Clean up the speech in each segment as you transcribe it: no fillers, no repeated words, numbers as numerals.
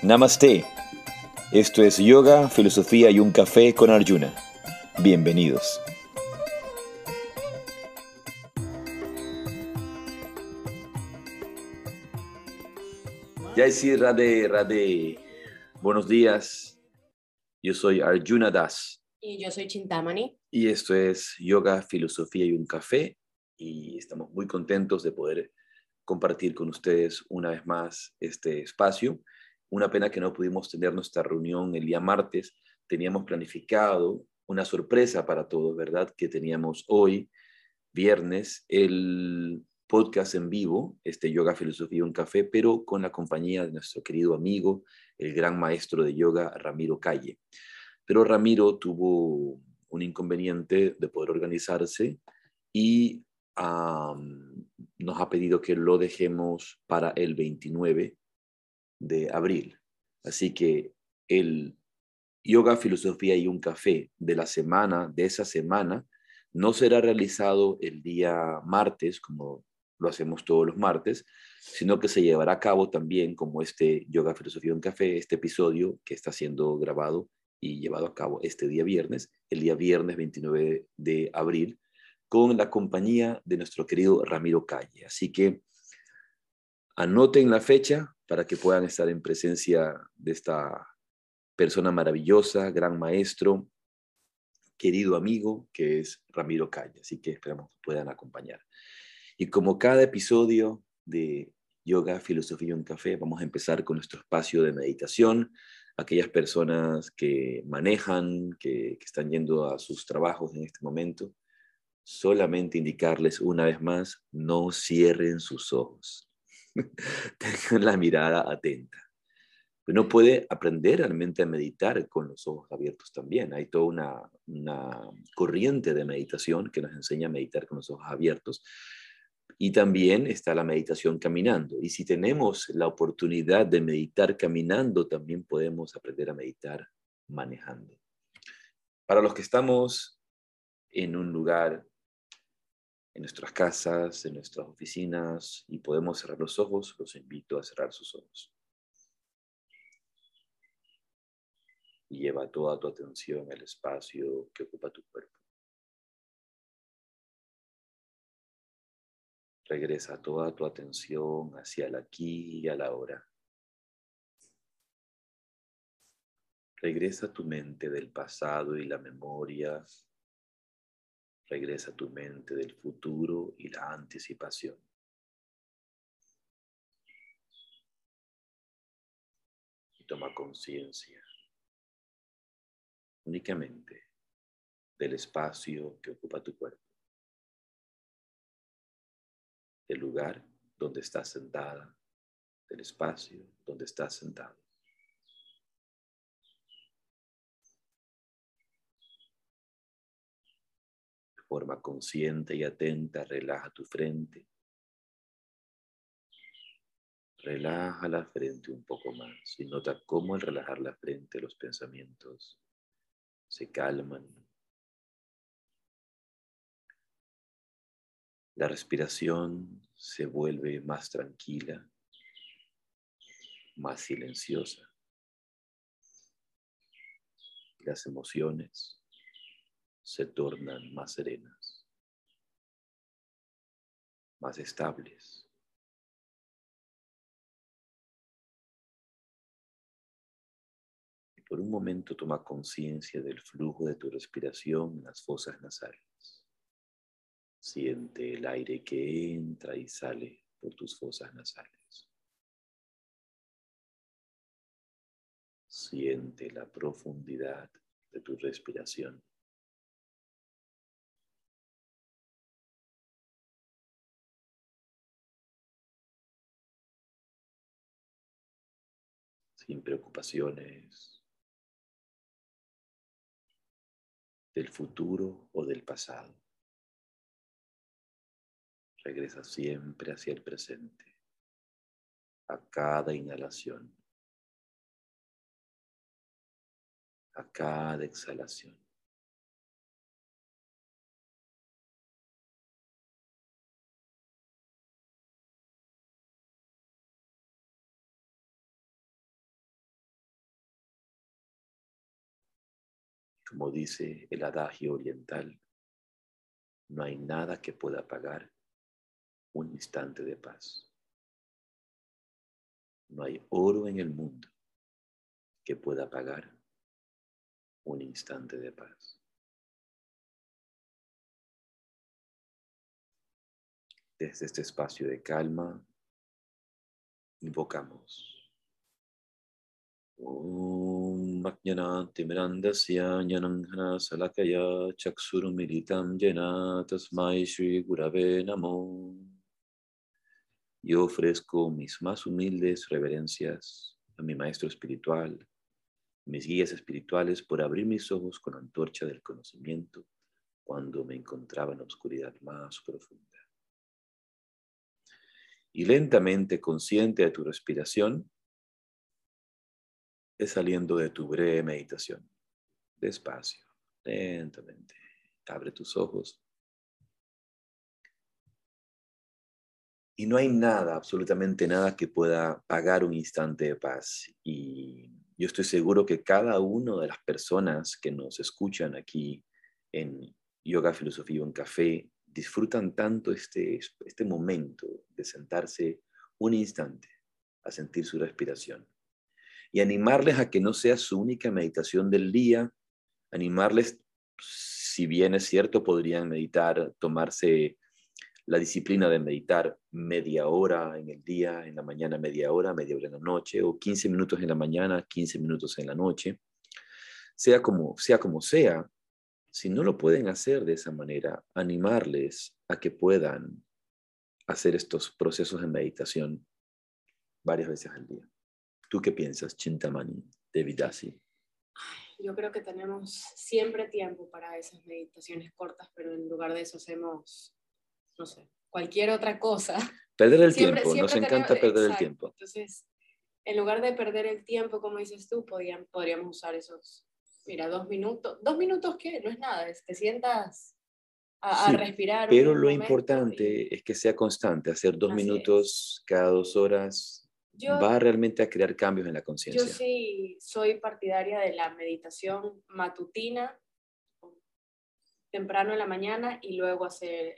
Namaste. Esto es Yoga, Filosofía y un Café con Arjuna. Bienvenidos. Jai Sri Radhe Radhe. Buenos días. Yo soy Arjuna Das. Y yo soy Chintamani. Y esto es Yoga, Filosofía y un Café. Y estamos muy contentos de poder compartir con ustedes una vez más este espacio. Una pena que no pudimos tener nuestra reunión el día martes. Teníamos planificado una sorpresa para todos, ¿verdad? Que teníamos hoy, viernes, el podcast en vivo, Yoga, Filosofía y un Café, pero con la compañía de nuestro querido amigo, el gran maestro de yoga, Ramiro Calle. Pero Ramiro tuvo un inconveniente de poder organizarse y nos ha pedido que lo dejemos para el 29 de abril. Así que el Yoga, Filosofía y un Café de esa semana, no será realizado el día martes, como lo hacemos todos los martes, sino que se llevará a cabo también como Yoga, Filosofía y un Café, este episodio que está siendo grabado y llevado a cabo este día viernes, el día viernes 29 de abril, con la compañía de nuestro querido Ramiro Calle. Así que anoten la fecha para que puedan estar en presencia de esta persona maravillosa, gran maestro, querido amigo, que es Ramiro Calle. Así que esperamos que puedan acompañar. Y como cada episodio de Yoga, Filosofía y un Café, vamos a empezar con nuestro espacio de meditación. Aquellas personas que manejan, que están yendo a sus trabajos en este momento, solamente indicarles una vez más, no cierren sus ojos. Tengan la mirada atenta. Uno puede aprender realmente a meditar con los ojos abiertos también. Hay toda una corriente de meditación que nos enseña a meditar con los ojos abiertos. Y también está la meditación caminando. Y si tenemos la oportunidad de meditar caminando, también podemos aprender a meditar manejando. Para los que estamos en un lugar, en nuestras casas, en nuestras oficinas, y podemos cerrar los ojos, los invito a cerrar sus ojos. Y lleva toda tu atención al espacio que ocupa tu cuerpo. Regresa toda tu atención hacia el aquí y a la ahora. Regresa tu mente del pasado y la memoria. Regresa tu mente del futuro y la anticipación. Y toma conciencia únicamente del espacio que ocupa tu cuerpo. Del lugar donde estás sentada, del espacio donde estás sentado. De forma consciente y atenta, relaja tu frente. Relaja la frente un poco más y nota cómo al relajar la frente los pensamientos se calman. La respiración se vuelve más tranquila, más silenciosa. Las emociones se tornan más serenas, más estables. Y por un momento toma conciencia del flujo de tu respiración en las fosas nasales. Siente el aire que entra y sale por tus fosas nasales. Siente la profundidad de tu respiración. Sin preocupaciones del futuro o del pasado. Regresa siempre hacia el presente, a cada inhalación, a cada exhalación. Como dice el adagio oriental, no hay nada que pueda pagar un instante de paz. No hay oro en el mundo que pueda pagar un instante de paz. Desde este espacio de calma, invocamos. Om Ajnanatimirandasya Jnananghana Salakaya Chaksurumilitam Jena Tasmai Shri Gurave Namo. Yo ofrezco mis más humildes reverencias a mi maestro espiritual, mis guías espirituales, por abrir mis ojos con la antorcha del conocimiento cuando me encontraba en la oscuridad más profunda. Y lentamente, consciente de tu respiración, es saliendo de tu breve meditación. Despacio, lentamente. Abre tus ojos. Y no hay nada, absolutamente nada, que pueda pagar un instante de paz. Y yo estoy seguro que cada una de las personas que nos escuchan aquí en Yoga, Filosofía y un Café disfrutan tanto este momento de sentarse un instante a sentir su respiración. Y animarles a que no sea su única meditación del día, animarles, si bien es cierto, podrían meditar, tomarse la disciplina de meditar media hora en el día, en la mañana media hora en la noche, o 15 minutos en la mañana, 15 minutos en la noche. Sea como sea, si no lo pueden hacer de esa manera, animarles a que puedan hacer estos procesos de meditación varias veces al día. ¿Tú qué piensas, Chintamani Devidasi? Yo creo que tenemos siempre tiempo para esas meditaciones cortas, pero en lugar de eso hacemos, no sé, cualquier otra cosa. Perder el tiempo, nos encanta perder el tiempo. Entonces, en lugar de perder el tiempo, como dices tú, podríamos usar esos, mira, 2 minutos. ¿2 minutos qué? No es nada, te sientas a respirar. Pero lo importante es que sea constante, hacer 2 minutos cada 2 horas. Va realmente a crear cambios en la conciencia. Yo sí soy partidaria de la meditación matutina, temprano en la mañana, y luego hacer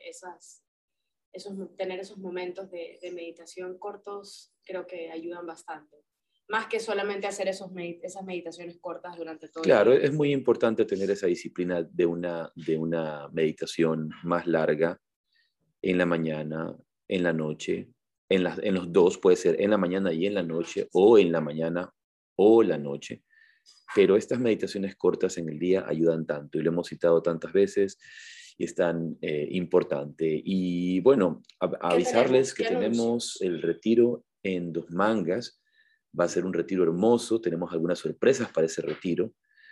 tener esos momentos de meditación cortos. Creo que ayudan bastante. Más que solamente hacer esas meditaciones cortas durante todo el día. Claro, es muy importante tener esa disciplina de una meditación más larga en la mañana, en la noche, en los dos, puede ser en la mañana y en la noche, o en la mañana o la noche. Pero estas meditaciones cortas en el día ayudan tanto, y lo hemos citado tantas veces, y es tan importante. Y bueno, avisarles que tenemos el retiro en Dos Mangas. Va a ser un retiro hermoso, tenemos algunas sorpresas para ese retiro.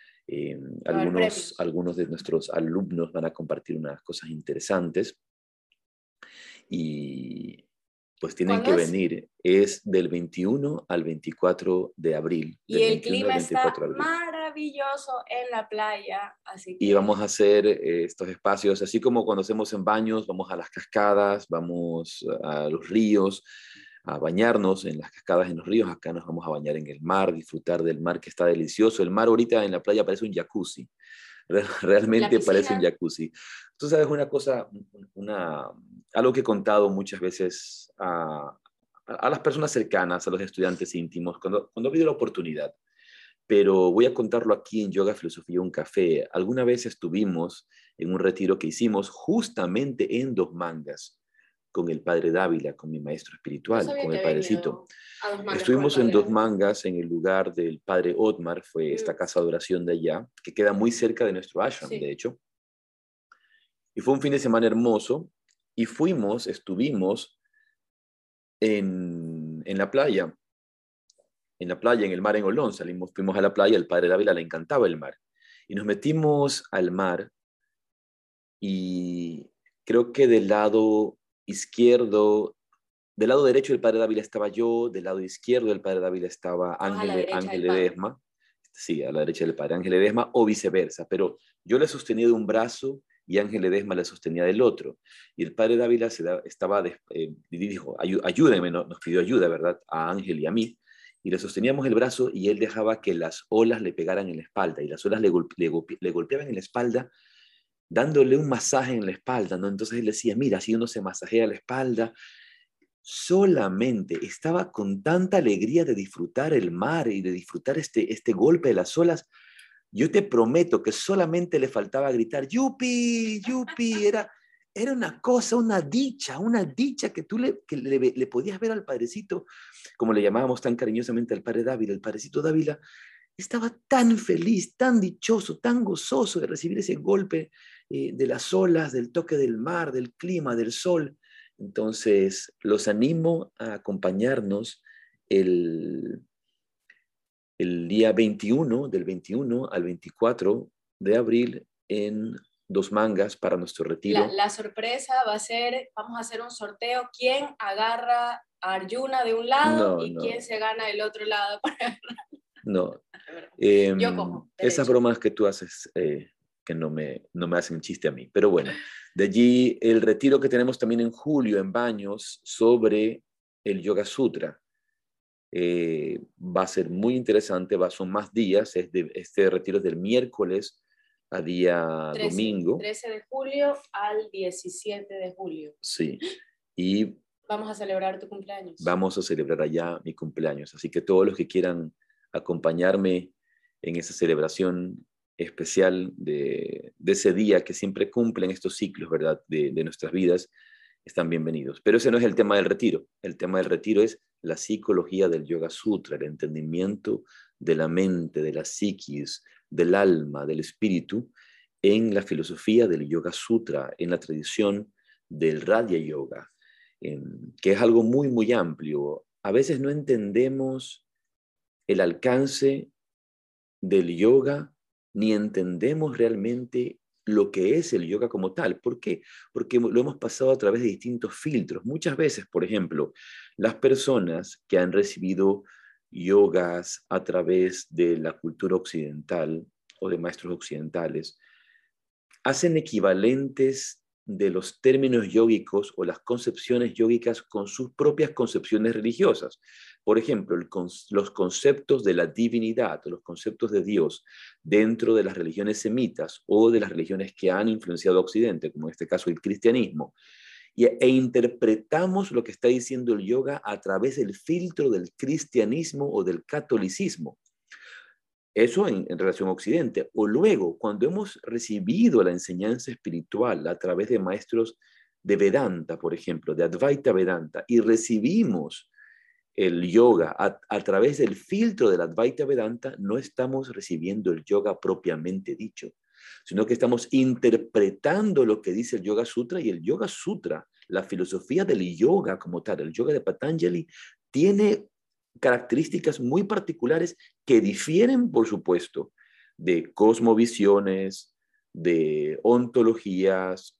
Algunos de nuestros alumnos van a compartir unas cosas interesantes. Y pues tienen que venir. Es del 21 al 24 de abril. Y el clima está maravilloso en la playa. Así que... Y vamos a hacer estos espacios, así como cuando hacemos en baños, vamos a las cascadas, vamos a los ríos, a bañarnos en las cascadas, en los ríos. Acá nos vamos a bañar en el mar, disfrutar del mar, que está delicioso. El mar ahorita en la playa parece un jacuzzi. Realmente parece un jacuzzi. Tú sabes una cosa, algo que he contado muchas veces a las personas cercanas, a los estudiantes íntimos, cuando he tenido la oportunidad, pero voy a contarlo aquí en Yoga, Filosofía, un Café. Alguna vez estuvimos en un retiro que hicimos justamente en Dos Mangas, con el Padre Dávila, con mi maestro espiritual, con el Padrecito. Estuvimos en Dos Mangas, en el lugar del Padre Otmar, fue esta casa de oración de allá, que queda muy cerca de nuestro ashram, de hecho. Y fue un fin de semana hermoso, y estuvimos en la playa, en el mar en Olón. Fuimos a la playa, el Padre Dávila le encantaba el mar. Y nos metimos al mar, y creo que del lado izquierdo, del lado derecho del Padre Dávila estaba yo, del lado izquierdo del Padre Dávila estaba Ángel Ledesma. Sí, a la derecha del Padre Ángel Ledesma, o viceversa, pero yo le sostenía de un brazo y Ángel Ledesma le sostenía del otro. Y el Padre Dávila dijo, ayúdenme, nos pidió ayuda, ¿verdad? A Ángel y a mí. y le sosteníamos el brazo y él dejaba que las olas le pegaran en la espalda y las olas le golpeaban en la espalda, dándole un masaje en la espalda, ¿no? Entonces él decía, mira, así uno se masajea la espalda. Solamente estaba con tanta alegría de disfrutar el mar y de disfrutar este golpe de las olas. Yo te prometo que solamente le faltaba gritar, ¡yupi! ¡Yupi! Era una cosa, una dicha que tú le podías ver al padrecito, como le llamábamos tan cariñosamente al padre Dávila. El padrecito Dávila estaba tan feliz, tan dichoso, tan gozoso de recibir ese golpe de las olas, del toque del mar, del clima, del sol. Entonces, los animo a acompañarnos el día 21, del 21 al 24 de abril en Dos Mangas para nuestro retiro. La sorpresa va a ser, vamos a hacer un sorteo, quién agarra a Arjuna de un lado y quién se gana del otro lado. No. Yo como. Esas bromas que tú haces que no me hacen chiste a mí. Pero bueno, de allí el retiro que tenemos también en julio en Baños sobre el Yoga Sutra. Va a ser muy interesante, son más días, este retiro es del miércoles a día 13, domingo. 13 de julio al 17 de julio. Sí, y vamos a celebrar tu cumpleaños. Vamos a celebrar allá mi cumpleaños, así que todos los que quieran acompañarme en esa celebración especial de ese día que siempre cumplen estos ciclos, ¿verdad?, de nuestras vidas, están bienvenidos. Pero ese no es el tema del retiro. El tema del retiro es la psicología del Yoga Sutra, el entendimiento de la mente, de la psiquis, del alma, del espíritu, en la filosofía del Yoga Sutra, en la tradición del Raja Yoga, que es algo muy, muy amplio. A veces no entendemos el alcance del yoga, ni entendemos realmente lo que es el yoga como tal. ¿Por qué? Porque lo hemos pasado a través de distintos filtros. Muchas veces, por ejemplo, las personas que han recibido yogas a través de la cultura occidental o de maestros occidentales, hacen equivalentes de los términos yógicos o las concepciones yógicas con sus propias concepciones religiosas. Por ejemplo, los conceptos de la divinidad o los conceptos de Dios dentro de las religiones semitas o de las religiones que han influenciado a Occidente, como en este caso el cristianismo, e interpretamos lo que está diciendo el yoga a través del filtro del cristianismo o del catolicismo. Eso en relación a Occidente. O luego, cuando hemos recibido la enseñanza espiritual a través de maestros de Vedanta, por ejemplo, de Advaita Vedanta, y recibimos el yoga a través del filtro del Advaita Vedanta, no estamos recibiendo el yoga propiamente dicho, sino que estamos interpretando lo que dice el Yoga Sutra, y el Yoga Sutra, la filosofía del yoga como tal, el yoga de Patanjali, tiene características muy particulares que difieren, por supuesto, de cosmovisiones, de ontologías,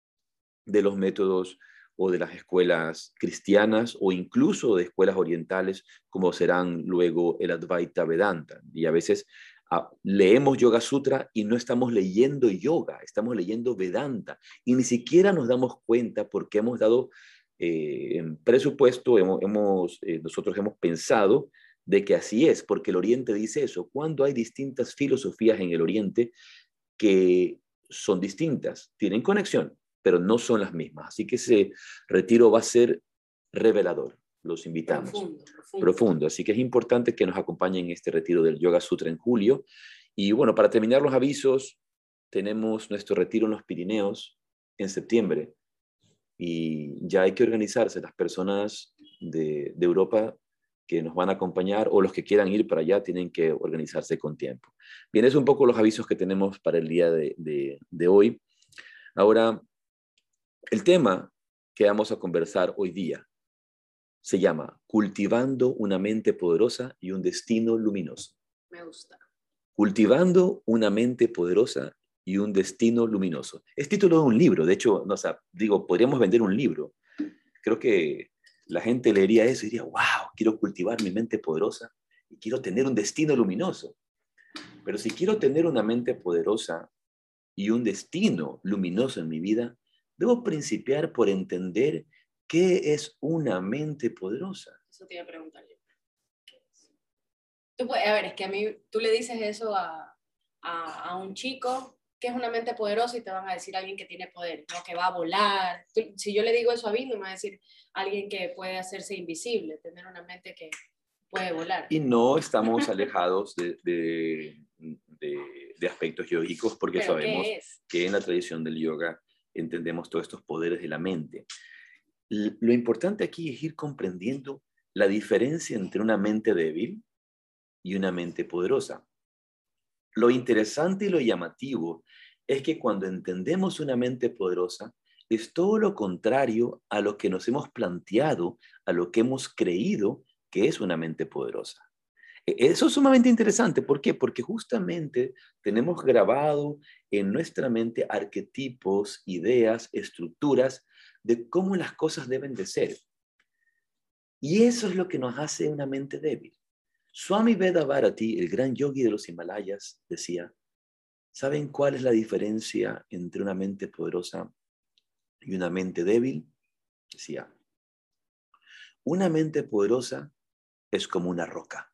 de los métodos o de las escuelas cristianas o incluso de escuelas orientales, como serán luego el Advaita Vedanta. Y a veces leemos Yoga Sutra y no estamos leyendo yoga, estamos leyendo Vedanta y ni siquiera nos damos cuenta porque hemos dado en presupuesto, nosotros hemos pensado de que así es, porque el Oriente dice eso. Cuando hay distintas filosofías en el Oriente que son distintas, tienen conexión, pero no son las mismas. Así que ese retiro va a ser revelador. Los invitamos. Profundo. Así que es importante que nos acompañen en este retiro del Yoga Sutra en julio. Y bueno, para terminar los avisos, tenemos nuestro retiro en los Pirineos en septiembre. Y ya hay que organizarse. Las personas de Europa que nos van a acompañar o los que quieran ir para allá tienen que organizarse con tiempo. Bien, es un poco los avisos que tenemos para el día de hoy. Ahora, el tema que vamos a conversar hoy día se llama Cultivando una mente poderosa y un destino luminoso. Me gusta. Cultivando una mente poderosa y un destino luminoso. Es título de un libro. De hecho, no, o sea, digo, podríamos vender un libro. Creo que la gente leería eso y diría, wow, quiero cultivar mi mente poderosa y quiero tener un destino luminoso. Pero si quiero tener una mente poderosa y un destino luminoso en mi vida, debo principiar por entender qué es una mente poderosa. Eso te iba a preguntar yo. A ver, es que a mí, tú le dices eso a un chico que es una mente poderosa y te van a decir alguien que tiene poder, ¿no? Que va a volar. Si yo le digo eso a Bindo, me va a decir alguien que puede hacerse invisible, tener una mente que puede volar. Y no estamos alejados de aspectos yógicos porque ¿Pero sabemos qué es? que en la tradición del yoga entendemos todos estos poderes de la mente. Lo importante aquí es ir comprendiendo la diferencia entre una mente débil y una mente poderosa. Lo interesante y lo llamativo es que cuando entendemos una mente poderosa, es todo lo contrario a lo que nos hemos planteado, a lo que hemos creído que es una mente poderosa. Eso es sumamente interesante. ¿Por qué? Porque justamente tenemos grabado en nuestra mente arquetipos, ideas, estructuras de cómo las cosas deben de ser. Y eso es lo que nos hace una mente débil. Swami Vedabharati, el gran yogi de los Himalayas, decía, ¿saben cuál es la diferencia entre una mente poderosa y una mente débil? Decía, una mente poderosa es como una roca.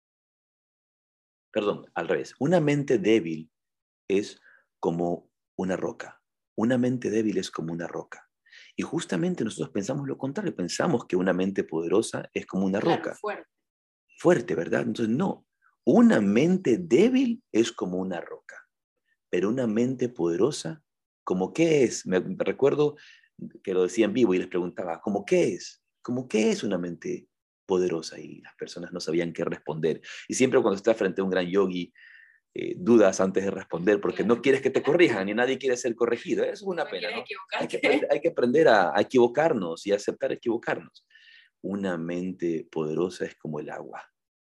Perdón, al revés. Una mente débil es como una roca. Una mente débil es como una roca. Y justamente nosotros pensamos lo contrario. Pensamos que una mente poderosa es como una Claro, roca. fuerte. Fuerte, ¿verdad? Entonces, no. Una mente débil es como una roca. Pero una mente poderosa, ¿cómo qué es? Me recuerdo que lo decía en vivo y les preguntaba, ¿cómo qué es? ¿Cómo qué es una mente poderosa? Y las personas no sabían qué responder. Y siempre cuando estás frente a un gran yogi, dudas antes de responder porque no quieres que te corrijan y nadie quiere ser corregido. Eso es una pena, ¿no? Hay que aprender a equivocarnos y a aceptar equivocarnos. Una mente poderosa es como el agua.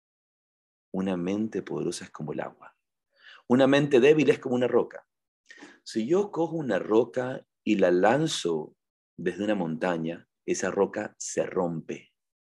Una mente poderosa es como el agua. Una mente débil es como una roca. Si yo cojo una roca y la lanzo desde una montaña, esa roca se rompe,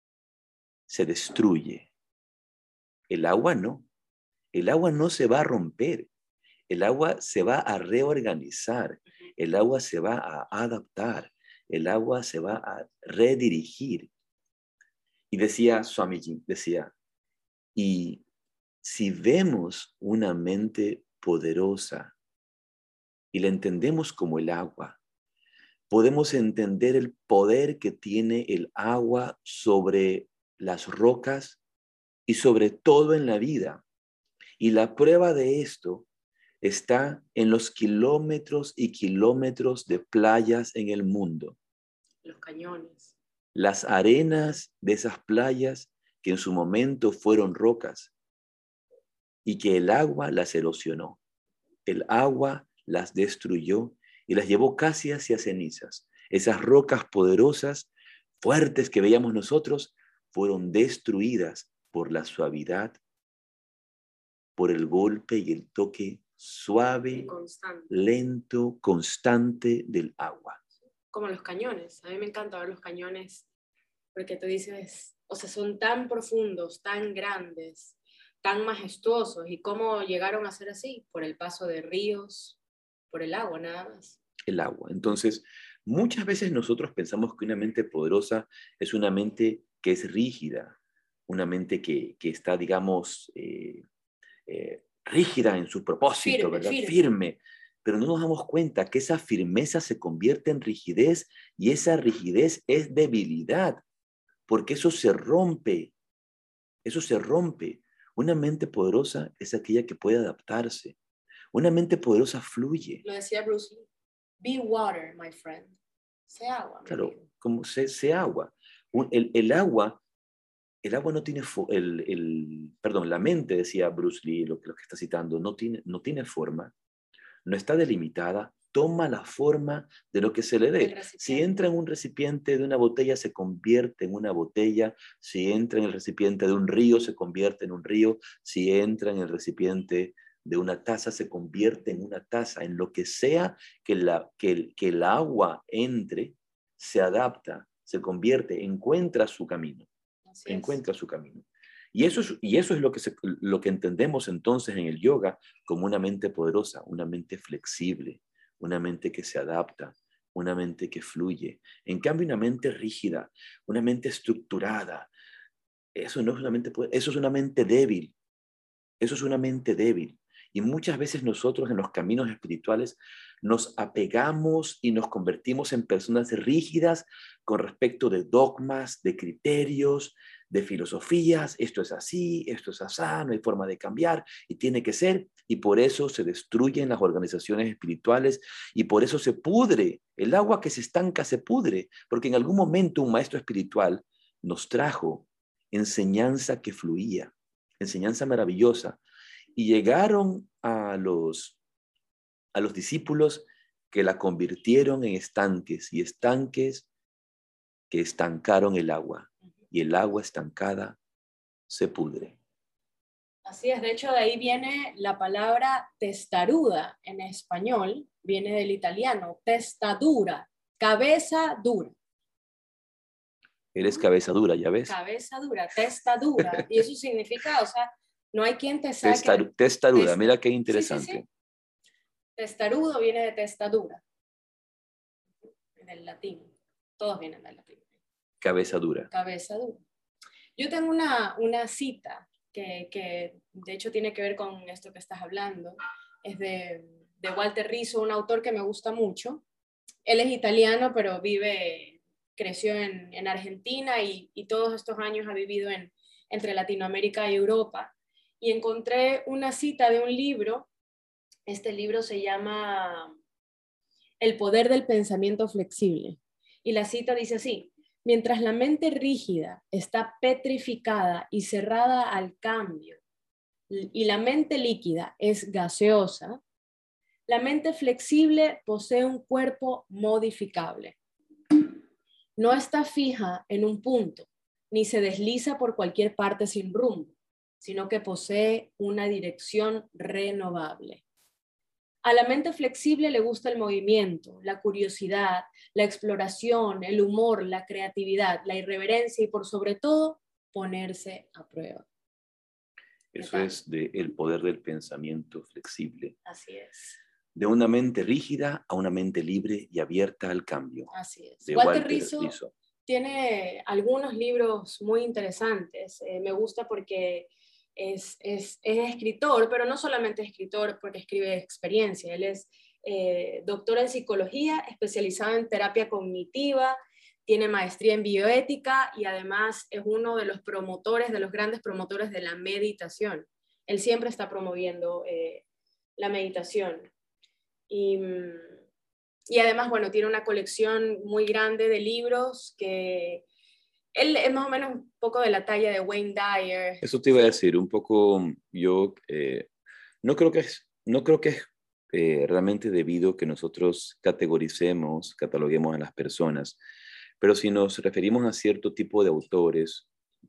se destruye. El agua no. El agua no se va a romper. El agua se va a reorganizar. El agua se va a adaptar. El agua se va a redirigir. Y decía Swamiji, decía, y si vemos una mente poderosa y la entendemos como el agua, podemos entender el poder que tiene el agua sobre las rocas y sobre todo en la vida. Y la prueba de esto está en los kilómetros y kilómetros de playas en el mundo. Los cañones. Las arenas de esas playas que en su momento fueron rocas y que el agua las erosionó. El agua las destruyó y las llevó casi hacia cenizas. Esas rocas poderosas, fuertes que veíamos nosotros, fueron destruidas por la suavidad, por el golpe y el toque suave, lento, constante del agua. Como los cañones. A mí me encanta ver los cañones porque tú dices, o sea, son tan profundos, tan grandes, tan majestuosos. ¿Y cómo llegaron a ser así? Por el paso de ríos, por el agua, nada más. El agua. Entonces, muchas veces nosotros pensamos que una mente poderosa es una mente que es rígida, una mente que está, digamos, rígida en su propósito, Firme, ¿verdad? firme. Firme. Pero no nos damos cuenta que esa firmeza se convierte en rigidez y esa rigidez es debilidad, porque eso se rompe, eso se rompe. Una mente poderosa es aquella que puede adaptarse. Una mente poderosa fluye. Lo decía Bruce Lee. Be water, my friend. Sé agua, mi Claro, amigo. como se agua. El agua no tiene, perdón, la mente, decía Bruce Lee, lo que está citando, no tiene forma, no está delimitada, toma la forma de lo que se le dé. Si entra en un recipiente de una botella, se convierte en una botella. Si entra en el recipiente de un río, se convierte en un río. Si entra en el recipiente de una taza, se convierte en una taza. En lo que sea que el agua entre, se adapta, se convierte, encuentra su camino. Encuentra su camino. Y eso es lo que entendemos entonces en el yoga como una mente poderosa, una mente flexible, una mente que se adapta, una mente que fluye. En cambio, una mente rígida, una mente estructurada, eso no es una mente, eso es una mente débil. Eso es una mente débil. Y muchas veces nosotros en los caminos espirituales nos apegamos y nos convertimos en personas rígidas con respecto de dogmas, de criterios, de filosofías. Esto es así, esto es así, no hay forma de cambiar y tiene que ser. Y por eso se destruyen las organizaciones espirituales y por eso se pudre. El agua que se estanca se pudre, porque en algún momento un maestro espiritual nos trajo enseñanza que fluía, enseñanza maravillosa. Y llegaron a los discípulos que la convirtieron en estanques y estanques que estancaron el agua. Y el agua estancada se pudre. Así es, de hecho de ahí viene la palabra testaruda en español, viene del italiano, testadura, cabeza dura. Eres cabeza dura, ¿ya ves? Cabeza dura, testadura. Y eso significa, o sea, no hay quien te saque. Testaruda, mira qué interesante. Sí, sí, sí. Testarudo viene de testadura, del latín. Todos vienen del latín. Cabeza dura. Cabeza dura. Yo tengo una cita que de hecho tiene que ver con esto que estás hablando. Es de Walter Rizzo, un autor que me gusta mucho. Él es italiano, pero creció en Argentina y todos estos años ha vivido entre Latinoamérica y Europa. Y encontré una cita de un libro. Este libro se llama El poder del pensamiento flexible. Y la cita dice así: mientras la mente rígida está petrificada y cerrada al cambio, y la mente líquida es gaseosa, la mente flexible posee un cuerpo modificable. No está fija en un punto, ni se desliza por cualquier parte sin rumbo, sino que posee una dirección renovable. A la mente flexible le gusta el movimiento, la curiosidad, la exploración, el humor, la creatividad, la irreverencia y por sobre todo, ponerse a prueba. Eso es el poder del pensamiento flexible. Así es. De una mente rígida a una mente libre y abierta al cambio. Así es. De Walter Rizzo tiene algunos libros muy interesantes. Me gusta porque es escritor, pero no solamente escritor porque escribe experiencia. Él es doctor en psicología, especializado en terapia cognitiva, tiene maestría en bioética y además es uno de los promotores, de los grandes promotores de la meditación. Él siempre está promoviendo la meditación. Y además, bueno, tiene una colección muy grande de libros que él es más o menos un poco de la talla de Wayne Dyer. Eso te iba a decir, un poco, yo no creo que es realmente debido que nosotros cataloguemos a las personas, pero si nos referimos a cierto tipo de autores,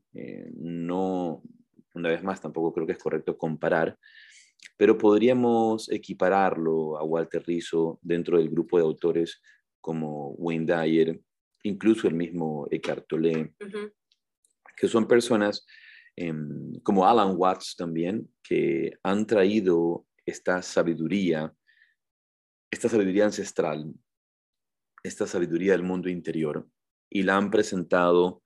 no, una vez más, tampoco creo que es correcto comparar, pero podríamos equipararlo a Walter Rizzo dentro del grupo de autores como Wayne Dyer, incluso el mismo Eckhart Tolle, que son personas como Alan Watts también, que han traído esta sabiduría ancestral, esta sabiduría del mundo interior, y la han presentado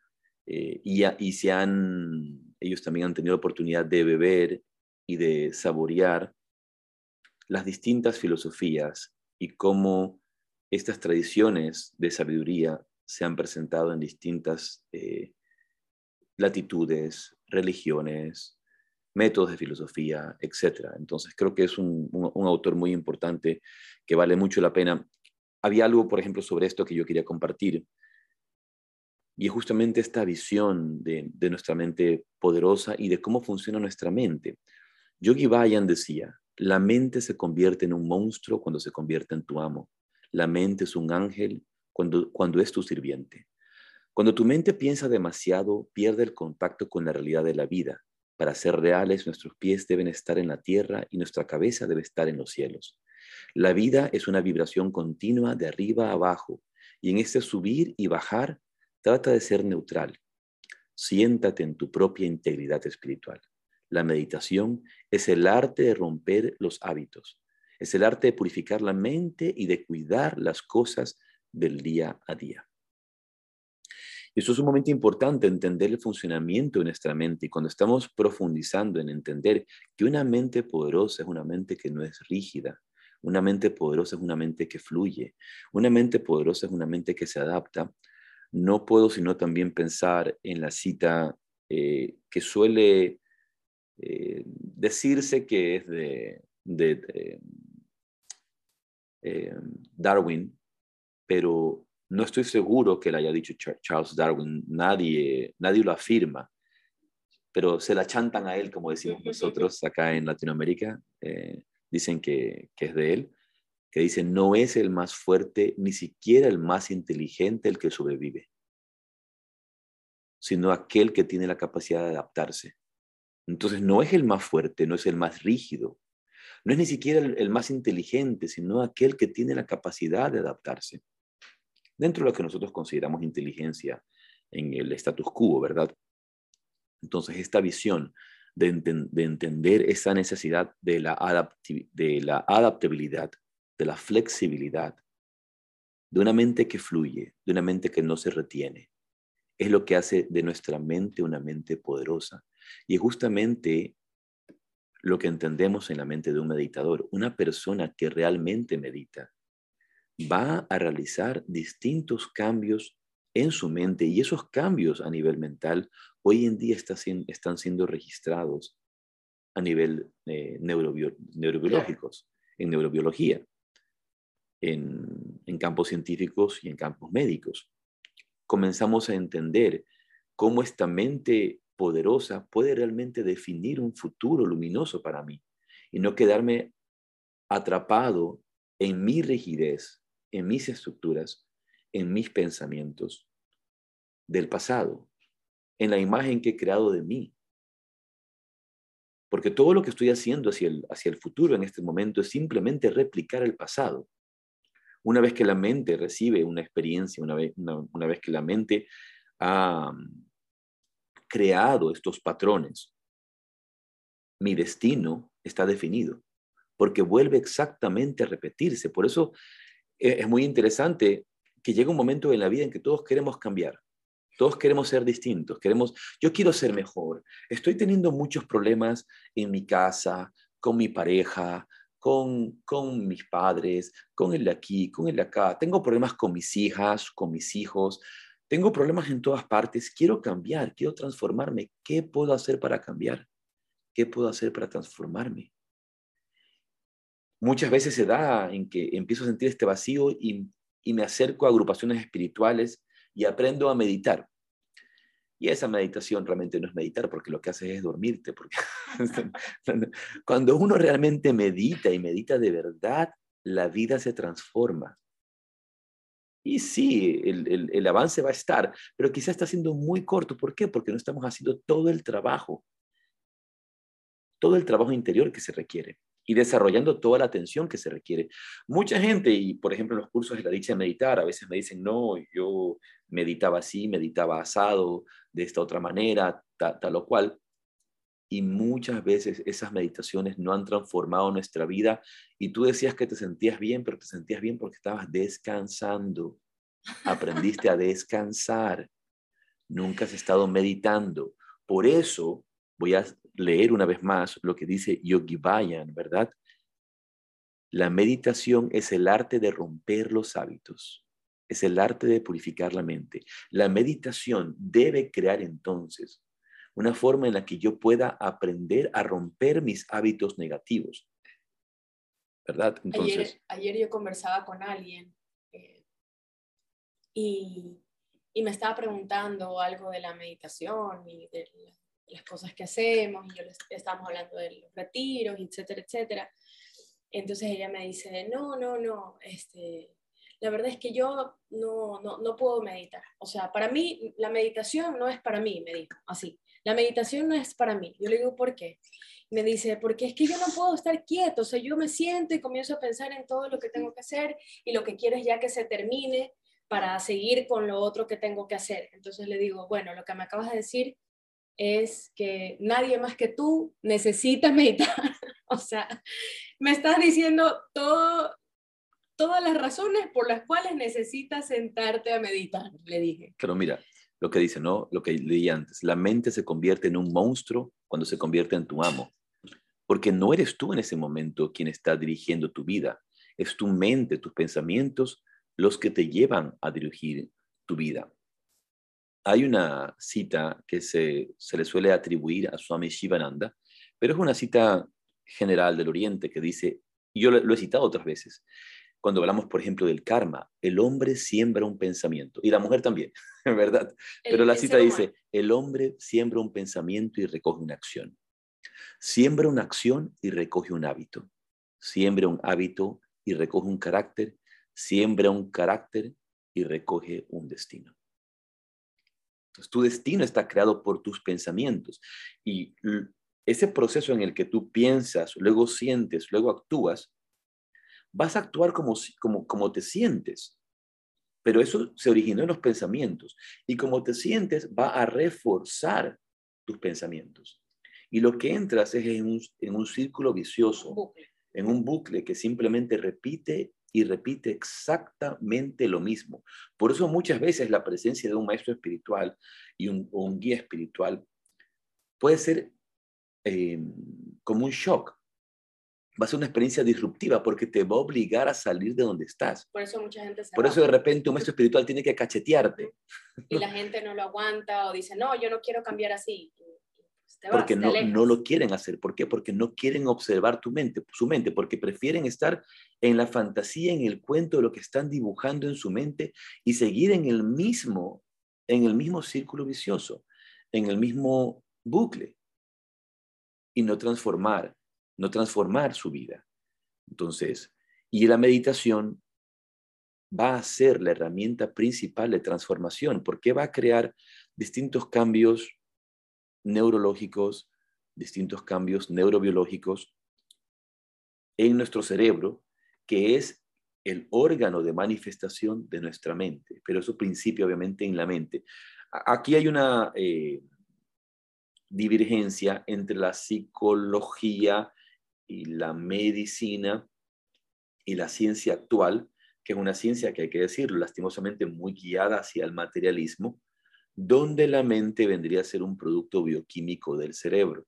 ellos también han tenido la oportunidad de beber y de saborear las distintas filosofías y cómo estas tradiciones de sabiduría se han presentado en distintas latitudes, religiones, métodos de filosofía, etc. Entonces creo que es un autor muy importante que vale mucho la pena. Había algo, por ejemplo, sobre esto que yo quería compartir, y es justamente esta visión de nuestra mente poderosa y de cómo funciona nuestra mente. Yogi Bayan decía: la mente se convierte en un monstruo cuando se convierte en tu amo. La mente es un ángel cuando es tu sirviente. Cuando tu mente piensa demasiado, pierde el contacto con la realidad de la vida. Para ser reales, nuestros pies deben estar en la tierra y nuestra cabeza debe estar en los cielos. La vida es una vibración continua de arriba a abajo, y en este subir y bajar, trata de ser neutral. Siéntate en tu propia integridad espiritual. La meditación es el arte de romper los hábitos. Es el arte de purificar la mente y de cuidar las cosas del día a día. Eso es sumamente importante, entender el funcionamiento de nuestra mente. Y cuando estamos profundizando en entender que una mente poderosa es una mente que no es rígida, una mente poderosa es una mente que fluye, una mente poderosa es una mente que se adapta, no puedo sino también pensar en la cita que suele decirse que es de Darwin, pero no estoy seguro que la haya dicho Charles Darwin. Nadie lo afirma, pero se la chantan a él, como decimos nosotros acá en Latinoamérica. Dicen que es de él, que dice, no es el más fuerte, ni siquiera el más inteligente el que sobrevive, sino aquel que tiene la capacidad de adaptarse. Entonces no es el más fuerte, no es el más rígido, no es ni siquiera el más inteligente, sino aquel que tiene la capacidad de adaptarse. Dentro de lo que nosotros consideramos inteligencia en el status quo, ¿verdad? Entonces, esta visión de entender esa necesidad de la adaptabilidad, de la flexibilidad, de una mente que fluye, de una mente que no se retiene, es lo que hace de nuestra mente una mente poderosa. Y es justamente lo que entendemos en la mente de un meditador. Una persona que realmente medita va a realizar distintos cambios en su mente, y esos cambios a nivel mental hoy en día están siendo registrados a nivel neurobiológicos, en neurobiología, en campos científicos y en campos médicos. Comenzamos a entender cómo esta mente poderosa puede realmente definir un futuro luminoso para mí y no quedarme atrapado en mi rigidez, en mis estructuras, en mis pensamientos del pasado, en la imagen que he creado de mí. Porque todo lo que estoy haciendo hacia el futuro en este momento es simplemente replicar el pasado. Una vez que la mente recibe una experiencia, una vez que la mente ha creado estos patrones, mi destino está definido, porque vuelve exactamente a repetirse. Por eso es muy interesante que llega un momento en la vida en que todos queremos cambiar. Todos queremos ser distintos, yo quiero ser mejor. Estoy teniendo muchos problemas en mi casa, con mi pareja, con mis padres, con el de aquí, con el de acá. Tengo problemas con mis hijas, con mis hijos. Tengo problemas en todas partes. Quiero cambiar, quiero transformarme. ¿Qué puedo hacer para cambiar? ¿Qué puedo hacer para transformarme? Muchas veces se da en que empiezo a sentir este vacío y me acerco a agrupaciones espirituales y aprendo a meditar. Y esa meditación realmente no es meditar, porque lo que haces es dormirte. Porque cuando uno realmente medita y medita de verdad, la vida se transforma. Y sí, el avance va a estar, pero quizá está siendo muy corto. ¿Por qué? Porque no estamos haciendo todo el trabajo interior que se requiere y desarrollando toda la atención que se requiere. Mucha gente, y por ejemplo en los cursos de la dicha de meditar, a veces me dicen, no, yo meditaba así, meditaba asado, de esta otra manera, tal o cual. Y muchas veces esas meditaciones no han transformado nuestra vida y tú decías que te sentías bien, pero te sentías bien porque estabas descansando. Aprendiste a descansar. Nunca has estado meditando. Por eso voy a leer una vez más lo que dice Yogi Bayan, ¿verdad? La meditación es el arte de romper los hábitos, es el arte de purificar la mente. La meditación debe crear entonces una forma en la que yo pueda aprender a romper mis hábitos negativos, ¿verdad? Entonces, ayer yo conversaba con alguien y, y me estaba preguntando algo de la meditación y de las cosas que hacemos, y yo les estábamos hablando de los retiros, etcétera, etcétera. Entonces ella me dice, no, la verdad es que yo no puedo meditar. O sea, para mí la meditación no es para mí, me dijo, así. La meditación no es para mí. Yo le digo, ¿por qué? Me dice, porque es que yo no puedo estar quieto. O sea, yo me siento y comienzo a pensar en todo lo que tengo que hacer y lo que quiero es ya que se termine para seguir con lo otro que tengo que hacer. Entonces le digo, bueno, lo que me acabas de decir es que nadie más que tú necesita meditar. O sea, me estás diciendo todas las razones por las cuales necesitas sentarte a meditar, le dije. pero mira, lo que dice, ¿no? Lo que leí antes. La mente se convierte en un monstruo cuando se convierte en tu amo. Porque no eres tú en ese momento quien está dirigiendo tu vida. Es tu mente, tus pensamientos, los que te llevan a dirigir tu vida. Hay una cita que se le suele atribuir a Swami Shivananda, pero es una cita general del Oriente que dice, y yo lo he citado otras veces, cuando hablamos, por ejemplo, del karma, el hombre siembra un pensamiento, y la mujer también, ¿verdad? Pero la cita dice, el hombre siembra un pensamiento y recoge una acción. Siembra una acción y recoge un hábito. Siembra un hábito y recoge un carácter. Siembra un carácter y recoge un destino. Entonces, tu destino está creado por tus pensamientos. Y ese proceso en el que tú piensas, luego sientes, luego actúas, vas a actuar como te sientes. Pero eso se originó en los pensamientos. Y como te sientes, va a reforzar tus pensamientos. Y lo que entras es en un círculo vicioso, en un bucle que simplemente repite y repite exactamente lo mismo. Por eso muchas veces la presencia de un maestro espiritual y un guía espiritual puede ser como un shock. Va a ser una experiencia disruptiva porque te va a obligar a salir de donde estás. Por eso mucha gente se Por va. eso de repente un maestro espiritual tiene que cachetearte. Y la gente no lo aguanta o dice, no, yo no quiero cambiar así. Porque no lo quieren hacer. ¿Por qué? Porque no quieren observar su mente, porque prefieren estar en la fantasía, en el cuento de lo que están dibujando en su mente y seguir en el mismo círculo vicioso, en el mismo bucle y no transformar su vida. Entonces, y la meditación va a ser la herramienta principal de transformación, porque va a crear distintos cambios neurológicos, distintos cambios neurobiológicos en nuestro cerebro, que es el órgano de manifestación de nuestra mente, pero eso principia obviamente en la mente. Aquí hay una divergencia entre la psicología y la medicina y la ciencia actual, que es una ciencia que hay que decirlo, lastimosamente muy guiada hacia el materialismo, donde la mente vendría a ser un producto bioquímico del cerebro,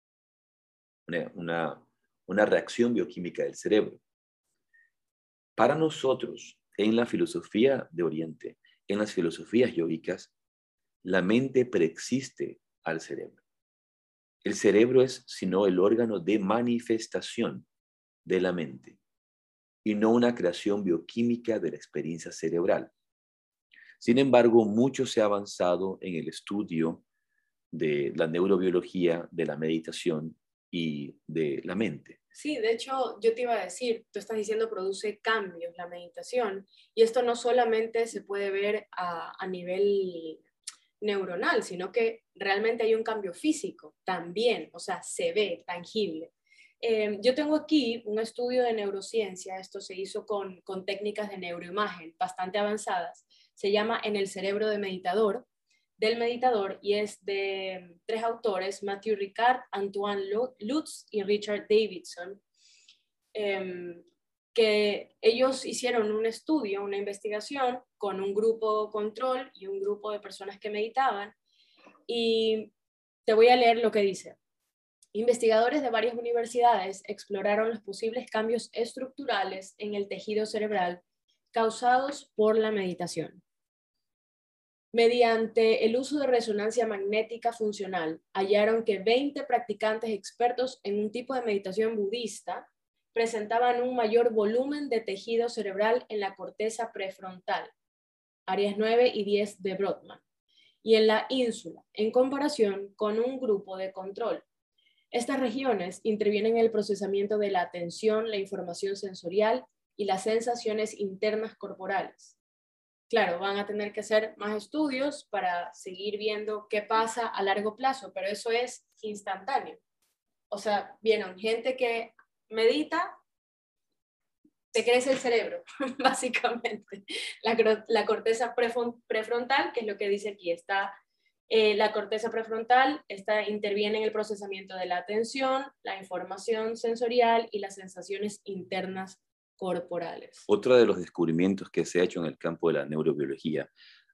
una reacción bioquímica del cerebro. Para nosotros, en la filosofía de Oriente, en las filosofías yógicas, la mente preexiste al cerebro. El cerebro es, sino el órgano de manifestación de la mente y no una creación bioquímica de la experiencia cerebral. Sin embargo, mucho se ha avanzado en el estudio de la neurobiología, de la meditación y de la mente. Sí, de hecho, yo te iba a decir, tú estás diciendo produce cambios la meditación, y esto no solamente se puede ver a nivel neuronal, sino que realmente hay un cambio físico también, o sea, se ve, tangible. Yo tengo aquí un estudio de neurociencia, esto se hizo con técnicas de neuroimagen bastante avanzadas, se llama En el cerebro del meditador, y es de 3 autores, Matthew Ricard, Antoine Lutz y Richard Davidson, que ellos hicieron un estudio, una investigación con un grupo control y un grupo de personas que meditaban, y te voy a leer lo que dice. Investigadores de varias universidades exploraron los posibles cambios estructurales en el tejido cerebral causados por la meditación. Mediante el uso de resonancia magnética funcional, hallaron que 20 practicantes expertos en un tipo de meditación budista presentaban un mayor volumen de tejido cerebral en la corteza prefrontal, áreas 9 y 10 de Brodmann, y en la ínsula, en comparación con un grupo de control. Estas regiones intervienen en el procesamiento de la atención, la información sensorial y las sensaciones internas corporales. Claro, van a tener que hacer más estudios para seguir viendo qué pasa a largo plazo, pero eso es instantáneo. O sea, vieron gente que medita, te crece el cerebro, básicamente. La corteza prefrontal, que es lo que dice aquí, está la corteza prefrontal, interviene en el procesamiento de la atención, la información sensorial y las sensaciones internas corporales. Otro de los descubrimientos que se ha hecho en el campo de la neurobiología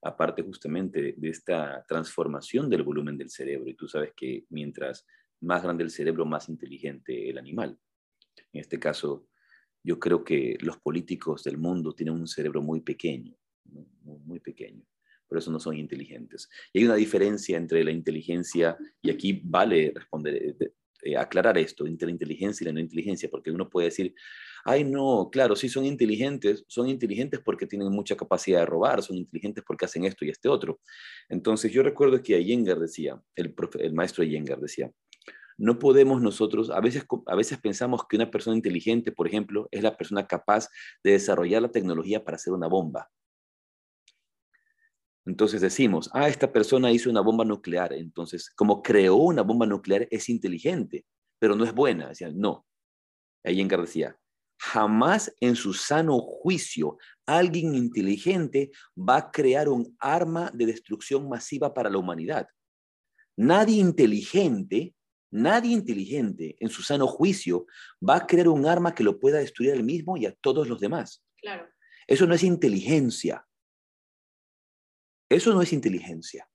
aparte justamente de esta transformación del volumen del cerebro. Y tú sabes que mientras más grande el cerebro, más inteligente el animal. En este caso, yo creo que los políticos del mundo tienen un cerebro muy pequeño, ¿no? Muy pequeño. Por eso no son inteligentes. Y hay una diferencia entre la inteligencia, y aquí vale responder, aclarar esto, entre la inteligencia y la no inteligencia, porque uno puede decir, ay no, claro, sí son inteligentes porque tienen mucha capacidad de robar, son inteligentes porque hacen esto y este otro. Entonces yo recuerdo que Iyengar decía, el maestro Iyengar decía, no podemos nosotros, a veces pensamos que una persona inteligente, por ejemplo, es la persona capaz de desarrollar la tecnología para hacer una bomba. Entonces decimos, esta persona hizo una bomba nuclear, entonces como creó una bomba nuclear es inteligente, pero no es buena. Decían, no, Iyengar decía, jamás en su sano juicio alguien inteligente va a crear un arma de destrucción masiva para la humanidad. Nadie inteligente en su sano juicio va a crear un arma que lo pueda destruir a él mismo y a todos los demás. Claro. Eso no es inteligencia. Eso no es inteligencia.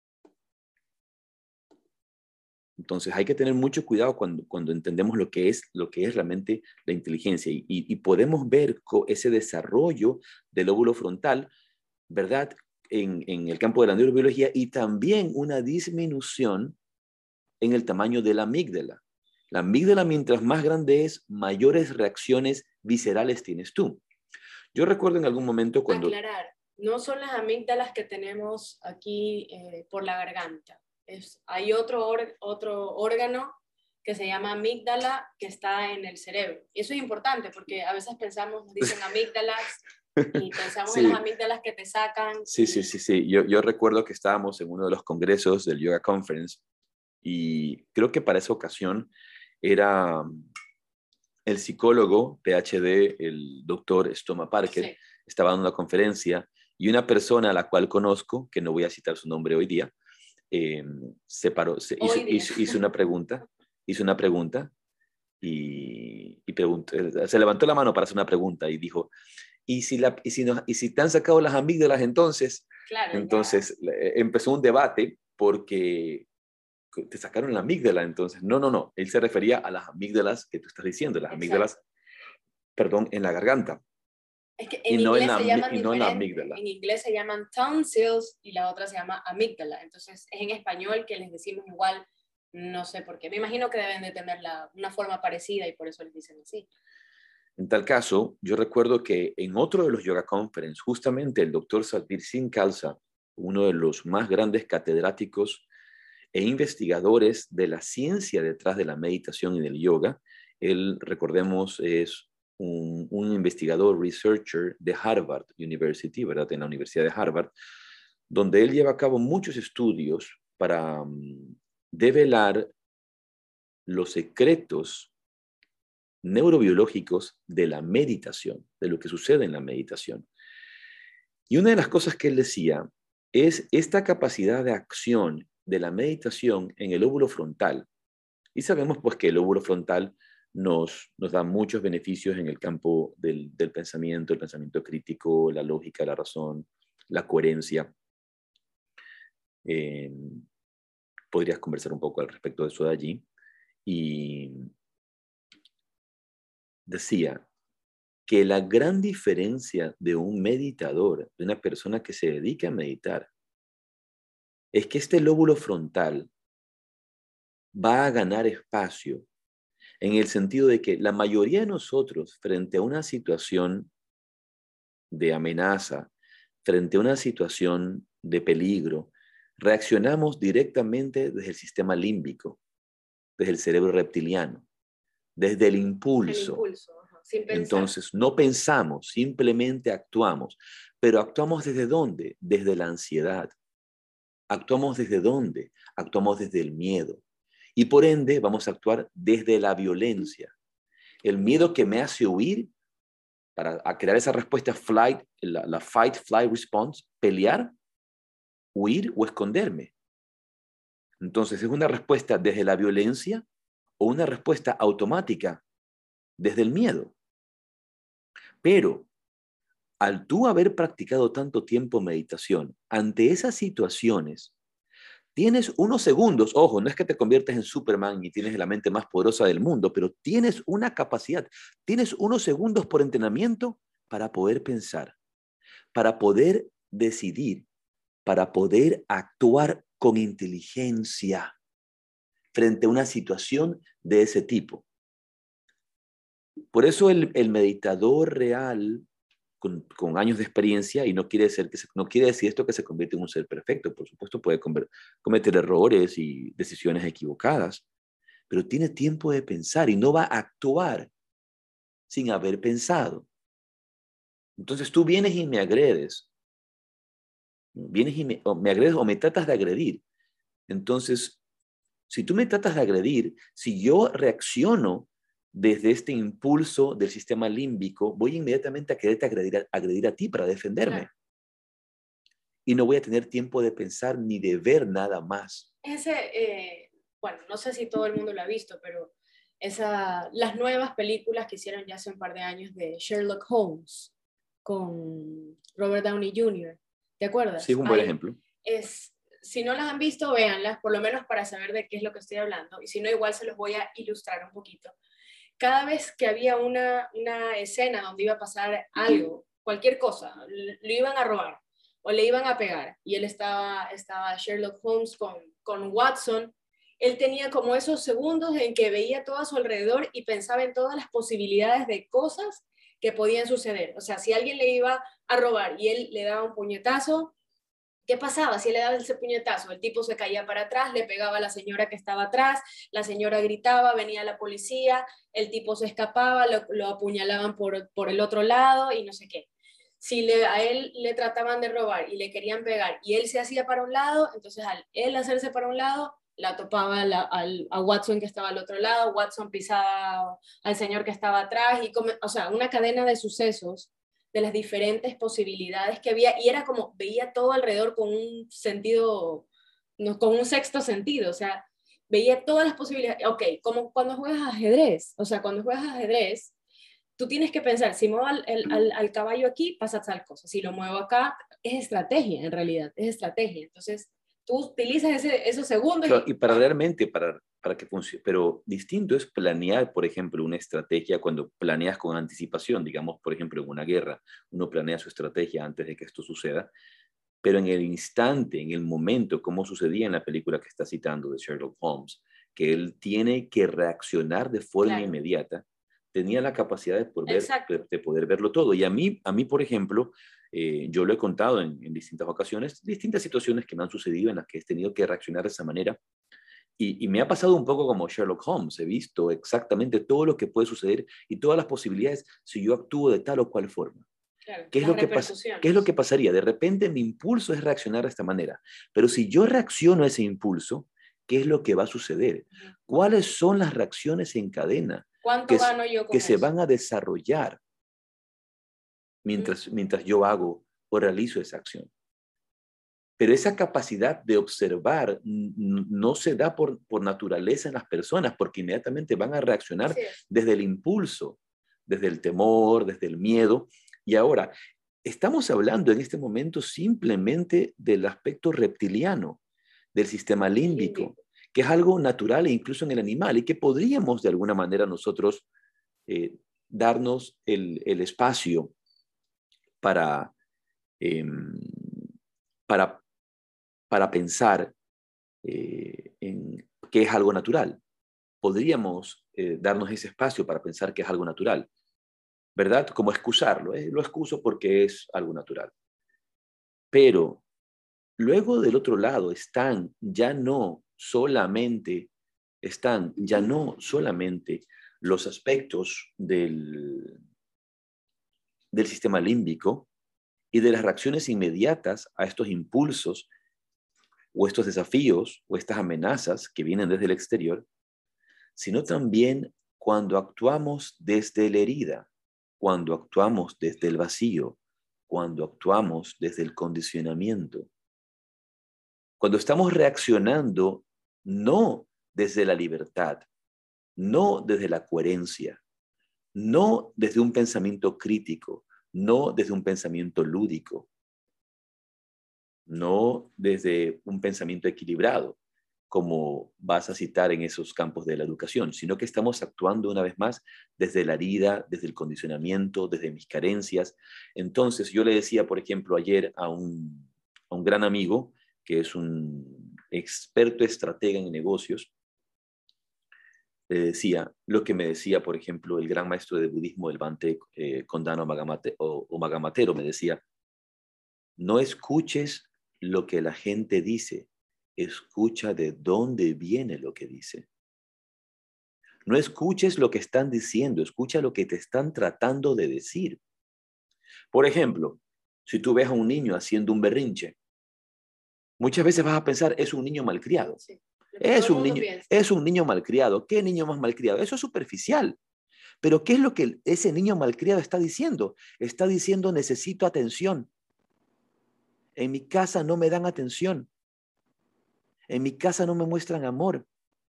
Entonces hay que tener mucho cuidado cuando entendemos lo que es realmente la inteligencia y podemos ver ese desarrollo del lóbulo frontal, ¿verdad? En el campo de la neurobiología y también una disminución en el tamaño de la amígdala. La amígdala, mientras más grande es, mayores reacciones viscerales tienes tú. Yo recuerdo en algún momento cuando... Aclarar, no son las amígdalas que tenemos aquí por la garganta. Hay otro órgano que se llama amígdala que está en el cerebro. Y eso es importante porque a veces pensamos, nos dicen amígdalas y pensamos sí. en las amígdalas que te sacan. Sí. Yo recuerdo que estábamos en uno de los congresos del Yoga Conference y creo que para esa ocasión era el psicólogo PhD, el doctor Stoma Parker, sí. Estaba dando una conferencia y una persona a la cual conozco, que no voy a citar su nombre hoy día, hizo una pregunta y se levantó la mano para hacer una pregunta y dijo, ¿y si te han sacado las amígdalas entonces? Claro, entonces empezó un debate porque te sacaron la amígdala, entonces no, él se refería a las amígdalas que tú estás diciendo, las amígdalas, perdón, en la garganta. Es que en inglés se llaman diferente. No en la amígdala. En inglés se llaman tonsils y la otra se llama amígdala. Entonces es en español que les decimos igual, no sé por qué. Me imagino que deben de tener una forma parecida y por eso les dicen así. En tal caso, yo recuerdo que en otro de los Yoga Conference, justamente el doctor Satvir Singh Khalsa, uno de los más grandes catedráticos e investigadores de la ciencia detrás de la meditación y del yoga, él, recordemos, es un investigador, researcher de Harvard University, ¿verdad? En la Universidad de Harvard, donde él lleva a cabo muchos estudios para develar los secretos neurobiológicos de la meditación, de lo que sucede en la meditación. Y una de las cosas que él decía es esta capacidad de acción de la meditación en el lóbulo frontal. Y sabemos pues que el lóbulo frontal nos da muchos beneficios en el campo del pensamiento, el pensamiento crítico, la lógica, la razón, la coherencia. Podrías conversar un poco al respecto de eso de allí. Y decía que la gran diferencia de un meditador, de una persona que se dedica a meditar, es que este lóbulo frontal va a ganar espacio en el sentido de que la mayoría de nosotros, frente a una situación de amenaza, frente a una situación de peligro, reaccionamos directamente desde el sistema límbico, desde el cerebro reptiliano, desde el impulso. Sin pensar. Entonces, no pensamos, simplemente actuamos. Pero ¿actuamos desde dónde? Desde la ansiedad. ¿Actuamos desde dónde? Actuamos desde el miedo. Y por ende, vamos a actuar desde la violencia. El miedo que me hace huir para crear esa respuesta flight, la fight, flight response, pelear, huir o esconderme. Entonces, ¿es una respuesta desde la violencia o una respuesta automática desde el miedo? Pero al tú haber practicado tanto tiempo meditación, ante esas situaciones, tienes unos segundos, ojo, no es que te conviertes en Superman y tienes la mente más poderosa del mundo, pero tienes una capacidad, tienes unos segundos por entrenamiento para poder pensar, para poder decidir, para poder actuar con inteligencia frente a una situación de ese tipo. Por eso el meditador real, con años de experiencia, y no quiere decir esto que se convierte en un ser perfecto, por supuesto puede cometer errores y decisiones equivocadas, pero tiene tiempo de pensar y no va a actuar sin haber pensado. Entonces tú vienes y me agredes, o me agredes o me tratas de agredir. Entonces, si tú me tratas de agredir, si yo reacciono desde este impulso del sistema límbico, voy inmediatamente a quererte agredir a ti para defenderme. Claro. Y no voy a tener tiempo de pensar ni de ver nada más. Bueno, no sé si todo el mundo lo ha visto, pero las nuevas películas que hicieron ya hace un par de años de Sherlock Holmes con Robert Downey Jr., ¿te acuerdas? Sí, es un buen ejemplo. Si no las han visto, véanlas, por lo menos para saber de qué es lo que estoy hablando, y si no, igual se los voy a ilustrar un poquito. Cada vez que había una escena donde iba a pasar algo, cualquier cosa, lo iban a robar o le iban a pegar, y él estaba Sherlock Holmes con Watson, él tenía como esos segundos en que veía todo a su alrededor y pensaba en todas las posibilidades de cosas que podían suceder. O sea, si alguien le iba a robar y él le daba un puñetazo, ¿qué pasaba? Si él le daba ese puñetazo, el tipo se caía para atrás, le pegaba a la señora que estaba atrás, la señora gritaba, venía la policía, el tipo se escapaba, lo apuñalaban por el otro lado y no sé qué. Si a él le trataban de robar y le querían pegar y él se hacía para un lado, entonces al él hacerse para un lado, la topaba a Watson que estaba al otro lado, Watson pisaba al señor que estaba atrás, o sea, una cadena de sucesos de las diferentes posibilidades que había, y era como veía todo alrededor con un sentido, no, con un sexto sentido, o sea, veía todas las posibilidades. Ok, como cuando juegas ajedrez, o sea, cuando juegas ajedrez, tú tienes que pensar, si muevo al caballo aquí, pasa tal cosa, si lo muevo acá, es estrategia, en realidad, es estrategia. Entonces, tú utilizas esos segundos. Claro, y para que funcione, pero distinto es planear, por ejemplo, una estrategia cuando planeas con anticipación, digamos, por ejemplo, en una guerra, uno planea su estrategia antes de que esto suceda, pero en el instante, en el momento, como sucedía en la película que está citando de Sherlock Holmes, que él tiene que reaccionar de forma inmediata, tenía la capacidad de poder verlo todo. Y a mí por ejemplo, yo lo he contado en distintas ocasiones, distintas situaciones que me han sucedido en las que he tenido que reaccionar de esa manera. Y me ha pasado un poco como Sherlock Holmes. He visto exactamente todo lo que puede suceder y todas las posibilidades si yo actúo de tal o cual forma. Claro, ¿Qué es lo que pasaría? De repente mi impulso es reaccionar de esta manera. Pero si yo reacciono a ese impulso, ¿qué es lo que va a suceder? ¿Cuáles son las reacciones en cadena ¿Cuánto gano yo con que se eso? van a desarrollar mientras yo hago o realizo esa acción? Pero esa capacidad de observar no se da por naturaleza en las personas, porque inmediatamente van a reaccionar desde el impulso, desde el temor, desde el miedo. Y ahora, estamos hablando en este momento simplemente del aspecto reptiliano, del sistema límbico, que es algo natural e incluso en el animal, y que podríamos de alguna manera nosotros darnos el espacio para, para, para pensar en que es algo natural. Podríamos darnos ese espacio para pensar que es algo natural, ¿verdad? Como excusarlo, lo excuso porque es algo natural. Pero luego del otro lado están ya no solamente los aspectos del sistema límbico y de las reacciones inmediatas a estos impulsos o estos desafíos o estas amenazas que vienen desde el exterior, sino también cuando actuamos desde la herida, cuando actuamos desde el vacío, cuando actuamos desde el condicionamiento. Cuando estamos reaccionando no desde la libertad, no desde la coherencia, no desde un pensamiento crítico, no desde un pensamiento lúdico, no desde un pensamiento equilibrado, como vas a citar en esos campos de la educación, sino que estamos actuando una vez más desde la herida, desde el condicionamiento, desde mis carencias. Entonces yo le decía, por ejemplo, ayer a un gran amigo, que es un experto estratega en negocios, le decía lo que me decía, por ejemplo, el gran maestro de budismo, el Bhante Kondano Magamatero, me decía, no escuches lo que la gente dice, escucha de dónde viene lo que dice. No escuches lo que están diciendo, escucha lo que te están tratando de decir. Por ejemplo, si tú ves a un niño haciendo un berrinche, muchas veces vas a pensar, es un niño malcriado. Sí. Es un niño malcriado. ¿Qué niño más malcriado? Eso es superficial. Pero ¿qué es lo que ese niño malcriado está diciendo? Está diciendo, necesito atención. En mi casa no me dan atención. En mi casa no me muestran amor.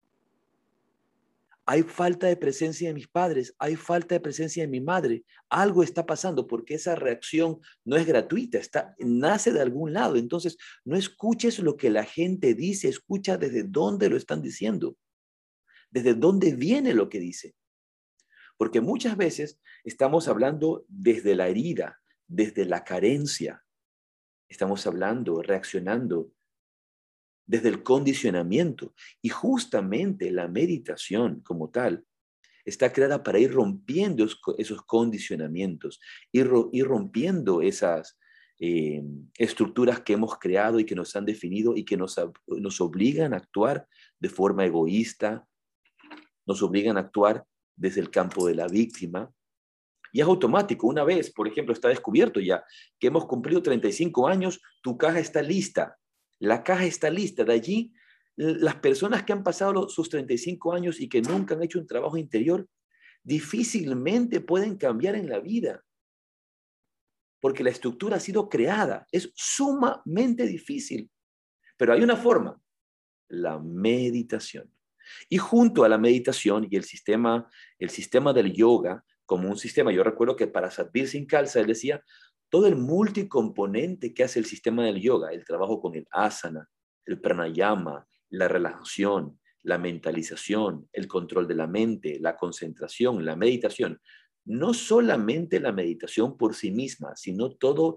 Hay falta de presencia de mis padres, hay falta de presencia de mi madre. Algo está pasando porque esa reacción no es gratuita, nace de algún lado. Entonces, no escuches lo que la gente dice, escucha desde dónde lo están diciendo, desde dónde viene lo que dice. Porque muchas veces estamos hablando desde la herida, desde la carencia. Estamos hablando, reaccionando desde el condicionamiento. Y justamente la meditación como tal está creada para ir rompiendo esos condicionamientos, ir rompiendo esas estructuras que hemos creado y que nos han definido y que nos obligan a actuar de forma egoísta, nos obligan a actuar desde el campo de la víctima. Y es automático. Una vez, por ejemplo, está descubierto ya que hemos cumplido 35 años, tu caja está lista. La caja está lista. De allí, las personas que han pasado sus 35 años y que nunca han hecho un trabajo interior, difícilmente pueden cambiar en la vida. Porque la estructura ha sido creada. Es sumamente difícil. Pero hay una forma, la meditación. Y junto a la meditación y el sistema del yoga, como un sistema, yo recuerdo que para Satvir Singh Khalsa él decía, todo el multicomponente que hace el sistema del yoga, el trabajo con el asana, el pranayama, la relajación, la mentalización, el control de la mente, la concentración, la meditación, no solamente la meditación por sí misma, sino todo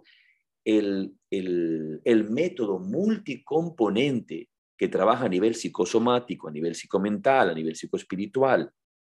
el método multicomponente que trabaja a nivel psicosomático, a nivel psicomental, a nivel psicoespiritual,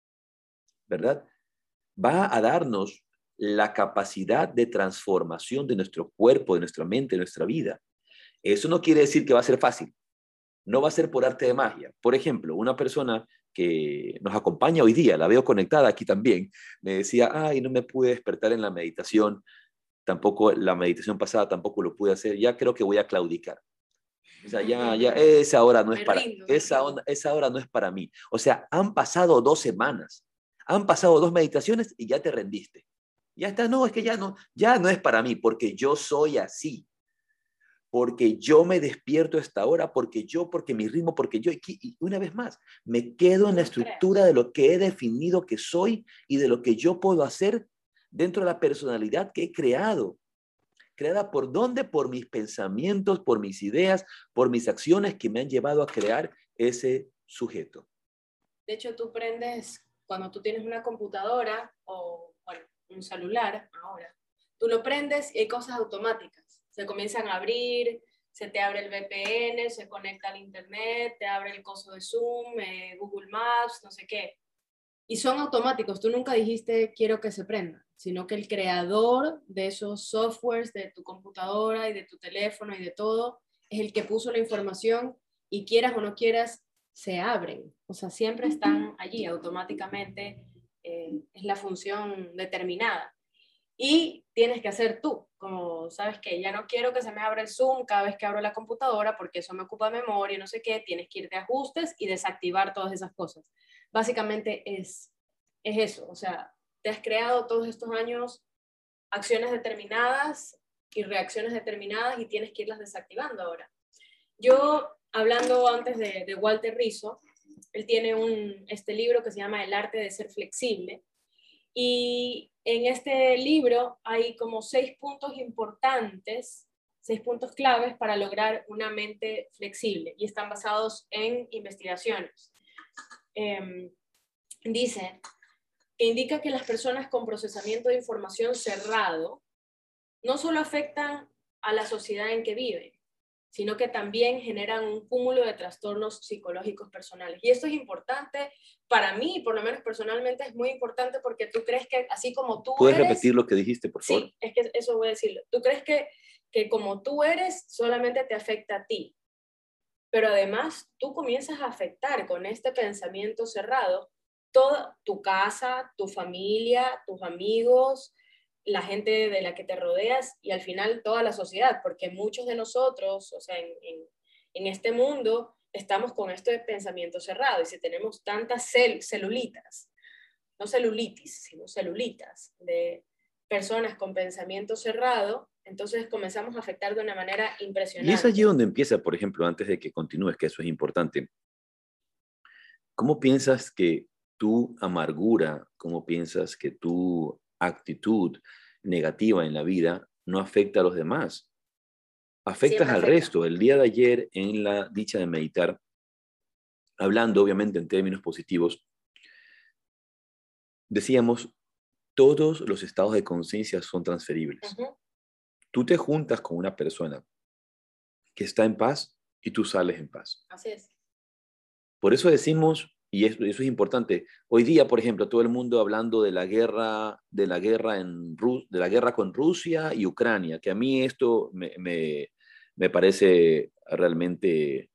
¿verdad? Va a darnos la capacidad de transformación de nuestro cuerpo, de nuestra mente, de nuestra vida. Eso no quiere decir que va a ser fácil. No va a ser por arte de magia. Por ejemplo, una persona que nos acompaña hoy día, la veo conectada aquí también, me decía, ay, no me pude despertar en la meditación, tampoco la meditación pasada tampoco lo pude hacer, ya creo que voy a claudicar. O sea, ya, esa hora no es para, esa hora no es para mí. O sea, han pasado 2 semanas, han pasado 2 meditaciones y ya te rendiste. Ya está, no, es que ya no es para mí, porque yo soy así. Porque yo me despierto a esta hora, porque mi ritmo, porque yo, y una vez más, me quedo en la estructura de lo que he definido que soy y de lo que yo puedo hacer dentro de la personalidad que he creado. ¿Creada por dónde? Por mis pensamientos, por mis ideas, por mis acciones que me han llevado a crear ese sujeto. De hecho, tú prendes, cuando tú tienes una computadora o bueno, un celular ahora, tú lo prendes y hay cosas automáticas. Se comienzan a abrir, se te abre el VPN, se conecta al internet, te abre el coso de Zoom, Google Maps, no sé qué. Y son automáticos. Tú nunca dijiste quiero que se prenda, sino que el creador de esos softwares, de tu computadora y de tu teléfono y de todo, es el que puso la información y quieras o no quieras, se abren. O sea, siempre están allí automáticamente. Es la función determinada. Y tienes que hacer tú, como sabes que ya no quiero que se me abra el Zoom cada vez que abro la computadora porque eso me ocupa memoria y no sé qué, tienes que irte a ajustes y desactivar todas esas cosas. Básicamente es eso, o sea, te has creado todos estos años acciones determinadas y reacciones determinadas y tienes que irlas desactivando ahora. Yo, hablando antes de Walter Rizzo, él tiene este libro que se llama El arte de ser flexible y en este libro hay como 6 puntos importantes, 6 puntos claves para lograr una mente flexible y están basados en investigaciones. Dice que indica que las personas con procesamiento de información cerrado no solo afectan a la sociedad en que viven, sino que también generan un cúmulo de trastornos psicológicos personales. Y esto es importante para mí, por lo menos personalmente es muy importante, porque tú crees que así como tú ¿Puedes eres... repetir lo que dijiste, por favor? Sí, es que eso voy a decirlo. Tú crees que como tú eres, solamente te afecta a ti. Pero además tú comienzas a afectar con este pensamiento cerrado toda tu casa, tu familia, tus amigos, la gente de la que te rodeas y al final toda la sociedad, porque muchos de nosotros, o sea, en este mundo estamos con este pensamiento cerrado y si tenemos tantas celulitas, no celulitis, sino celulitas de personas con pensamiento cerrado, entonces comenzamos a afectar de una manera impresionante. Y es allí donde empieza, por ejemplo, antes de que continúes, que eso es importante. ¿Cómo piensas que tu amargura, cómo piensas que tu actitud negativa en la vida no afecta a los demás? Afectas al resto. El día de ayer, en la dicha de meditar, hablando obviamente en términos positivos, decíamos, todos los estados de conciencia son transferibles. Tú te juntas con una persona que está en paz y tú sales en paz. Así es. Por eso decimos, y eso es importante, hoy día, por ejemplo, todo el mundo hablando de la guerra con Rusia y Ucrania, que a mí esto me parece realmente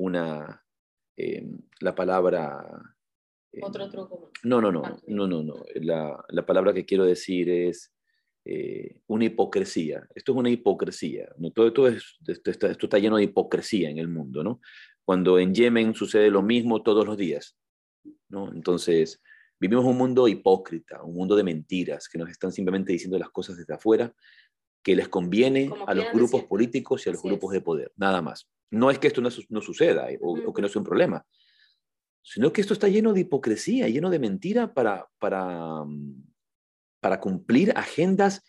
la palabra... Otro truco. No. La palabra que quiero decir es una hipocresía. Esto es una hipocresía, ¿no? Esto está lleno de hipocresía en el mundo, ¿no? Cuando en Yemen sucede lo mismo todos los días, ¿no? Entonces, vivimos un mundo hipócrita, un mundo de mentiras, que nos están simplemente diciendo las cosas desde afuera, que les conviene a los grupos políticos y a los grupos de poder, nada más. No es que esto no suceda o que no sea un problema, sino que esto está lleno de hipocresía, lleno de mentira para cumplir agendas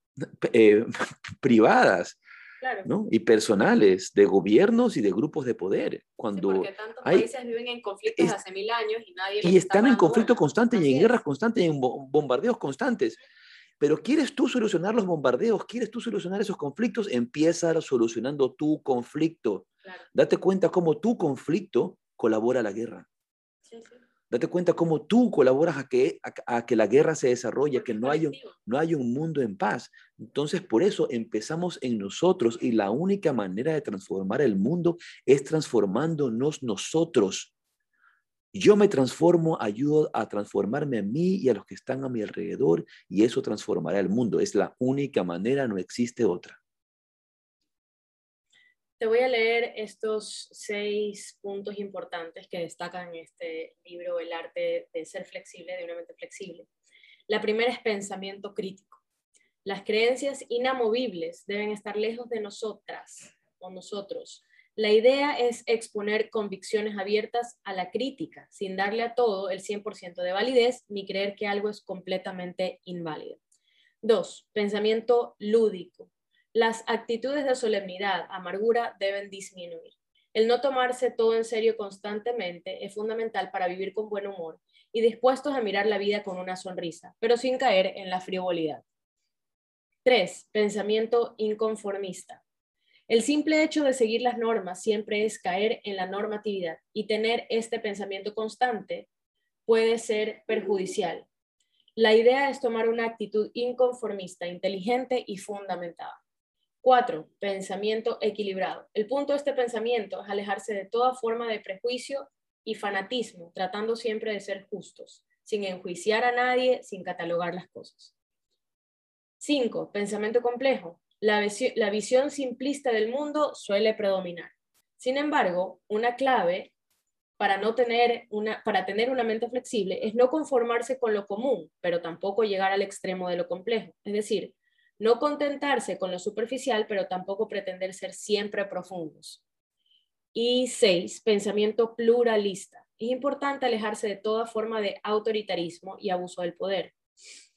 privadas, claro, ¿no? Y personales de gobiernos y de grupos de poder. Cuando sí, porque tantos países viven en conflictos hace 1000 años y nadie les está están en conflicto bola. constante y en guerras constantes y en bombardeos constantes. Pero ¿quieres tú solucionar los bombardeos? ¿Quieres tú solucionar esos conflictos? Empieza solucionando tu conflicto. Claro. Date cuenta cómo tu conflicto colabora a la guerra. Sí. Date cuenta cómo tú colaboras a que la guerra se desarrolle, que no haya un mundo en paz. Entonces, por eso empezamos en nosotros y la única manera de transformar el mundo es transformándonos nosotros. Yo me transformo, ayudo a transformarme a mí y a los que están a mi alrededor y eso transformará el mundo. Es la única manera, no existe otra. Te voy a leer estos 6 puntos importantes que destacan en este libro, El arte de ser flexible, de una mente flexible. La primera es pensamiento crítico. Las creencias inamovibles deben estar lejos de nosotras o nosotros. La idea es exponer convicciones abiertas a la crítica, sin darle a todo el 100% de validez ni creer que algo es completamente inválido. 2. Pensamiento lúdico. Las actitudes de solemnidad, amargura deben disminuir. El no tomarse todo en serio constantemente es fundamental para vivir con buen humor y dispuestos a mirar la vida con una sonrisa, pero sin caer en la frivolidad. 3. Pensamiento inconformista. El simple hecho de seguir las normas siempre es caer en la normatividad y tener este pensamiento constante puede ser perjudicial. La idea es tomar una actitud inconformista, inteligente y fundamentada. 4. Pensamiento equilibrado. El punto de este pensamiento es alejarse de toda forma de prejuicio y fanatismo, tratando siempre de ser justos, sin enjuiciar a nadie, sin catalogar las cosas. 5. Pensamiento complejo. La visión simplista del mundo suele predominar. Sin embargo, una clave para tener una mente flexible es no conformarse con lo común, pero tampoco llegar al extremo de lo complejo. Es decir, no contentarse con lo superficial, pero tampoco pretender ser siempre profundos. Y 6, pensamiento pluralista. Es importante alejarse de toda forma de autoritarismo y abuso del poder.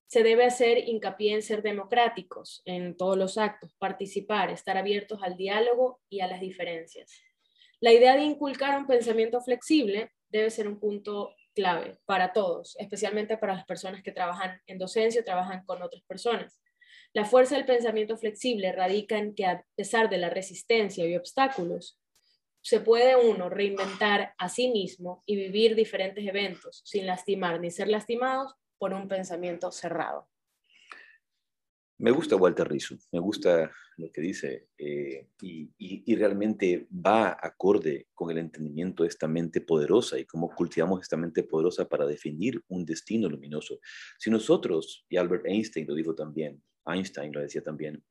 Se debe hacer hincapié en ser democráticos en todos los actos, participar, estar abiertos al diálogo y a las diferencias. La idea de inculcar un pensamiento flexible debe ser un punto clave para todos, especialmente para las personas que trabajan en docencia o trabajan con otras personas. La fuerza del pensamiento flexible radica en que, a pesar de la resistencia y obstáculos, se puede uno reinventar a sí mismo y vivir diferentes eventos sin lastimar ni ser lastimados por un pensamiento cerrado. Me gusta Walter Rizzo, me gusta lo que dice y realmente va acorde con el entendimiento de esta mente poderosa y cómo cultivamos esta mente poderosa para definir un destino luminoso. Si nosotros, y Albert Einstein lo dijo también, Einstein lo decía también,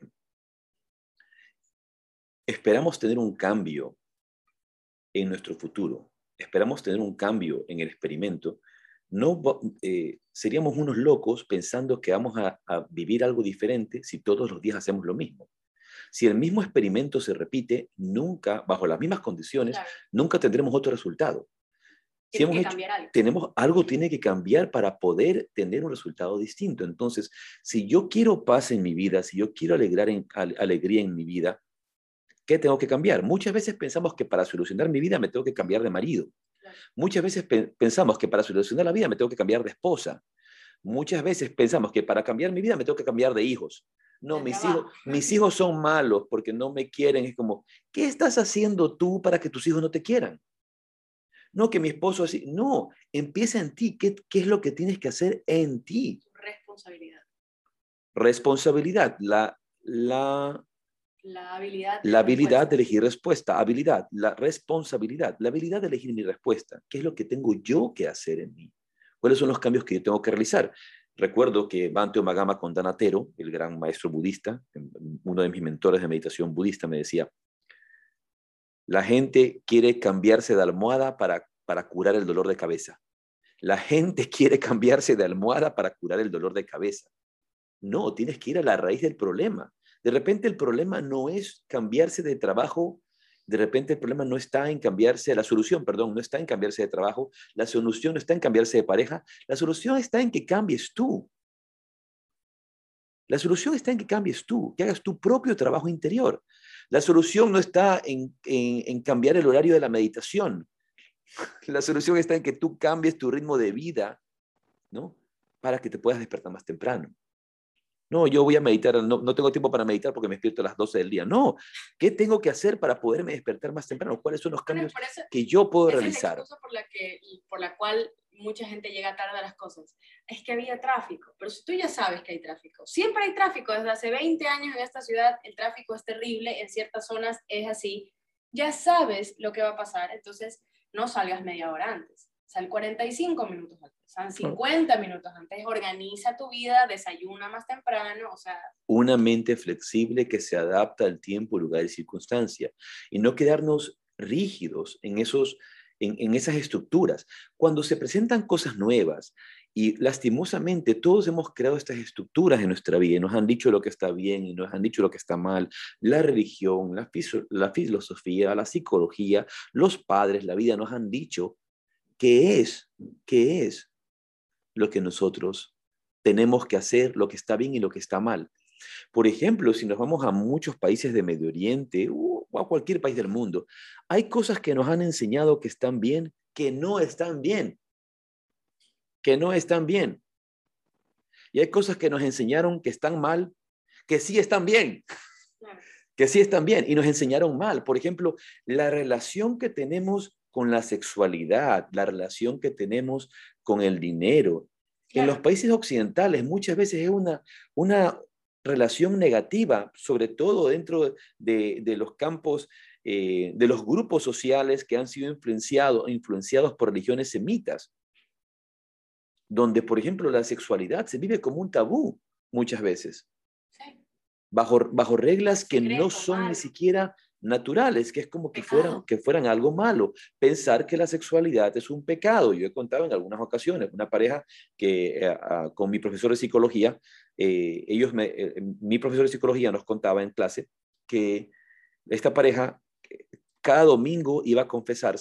esperamos tener un cambio en nuestro futuro, esperamos tener un cambio en el experimento, no seríamos unos locos pensando que vamos a vivir algo diferente si todos los días hacemos lo mismo. Si el mismo experimento se repite, nunca, bajo las mismas condiciones, Claro. Nunca tendremos otro resultado. Si Tiene que cambiar algo. algo tiene que cambiar para poder tener un resultado distinto. Entonces, si yo quiero paz en mi vida, si yo quiero alegría en mi vida, ¿qué tengo que cambiar? Muchas veces pensamos que para solucionar mi vida me tengo que cambiar de marido. Muchas veces pensamos que para solucionar la vida me tengo que cambiar de esposa. Muchas veces pensamos que para cambiar mi vida me tengo que cambiar de hijos. No, mis hijos son malos porque no me quieren. Es como, ¿qué estás haciendo tú para que tus hijos no te quieran? No, que mi esposo así. No, empieza en ti. ¿Qué es lo que tienes que hacer en ti? Responsabilidad. Responsabilidad. La habilidad de elegir respuesta, habilidad, la responsabilidad, la habilidad de elegir mi respuesta. ¿Qué es lo que tengo yo que hacer en mí? ¿Cuáles son los cambios que yo tengo que realizar? Recuerdo que Bhante Omagama Kondanatero, el gran maestro budista, uno de mis mentores de meditación budista, me decía, la gente quiere cambiarse de almohada para curar el dolor de cabeza. La gente quiere cambiarse de almohada para curar el dolor de cabeza. No, tienes que ir a la raíz del problema. De repente el problema no es cambiarse de trabajo, de repente el problema no está en cambiarse, la solución, perdón, no está en cambiarse de trabajo, la solución no está en cambiarse de pareja, la solución está en que cambies tú. La solución está en que cambies tú, que hagas tu propio trabajo interior. La solución no está en cambiar el horario de la meditación. La solución está en que tú cambies tu ritmo de vida, ¿no? Para que te puedas despertar más temprano. No, yo voy a meditar, no tengo tiempo para meditar porque me despierto a las 12 del día. No, ¿qué tengo que hacer para poderme despertar más temprano? ¿Cuáles son los cambios que yo puedo realizar? Esa es la excusa por la cual mucha gente llega tarde a las cosas. Es que había tráfico, pero si tú ya sabes que hay tráfico, siempre hay tráfico, desde hace 20 años en esta ciudad el tráfico es terrible, en ciertas zonas es así, ya sabes lo que va a pasar, entonces no salgas media hora antes, sal 45 minutos antes, sal 50 minutos antes, organiza tu vida, desayuna más temprano, o sea... Una mente flexible que se adapta al tiempo, lugar y circunstancia, y no quedarnos rígidos en esas estructuras. Cuando se presentan cosas nuevas, y lastimosamente todos hemos creado estas estructuras en nuestra vida, y nos han dicho lo que está bien y nos han dicho lo que está mal, la religión, la filosofía, la psicología, los padres, la vida nos han dicho qué es lo que nosotros tenemos que hacer, lo que está bien y lo que está mal. Por ejemplo, si nos vamos a muchos países de Medio Oriente o a cualquier país del mundo, hay cosas que nos han enseñado que están bien, que no están bien, que no están bien. Y hay cosas que nos enseñaron que están mal, que sí están bien, que sí están bien y nos enseñaron mal. Por ejemplo, la relación que tenemos con la sexualidad, la relación que tenemos con el dinero. En los países occidentales muchas veces es una relación negativa, sobre todo dentro de los campos, de los grupos sociales que han sido influenciados por religiones semitas, donde, por ejemplo, la sexualidad se vive como un tabú muchas veces, bajo reglas que no son ni siquiera naturales, que es como que fueran algo malo. Pensar que la sexualidad es un pecado. Yo he contado en algunas ocasiones, una pareja que con mi profesor de psicología, mi profesor de psicología nos contaba en clase que esta pareja cada domingo iba a confesarse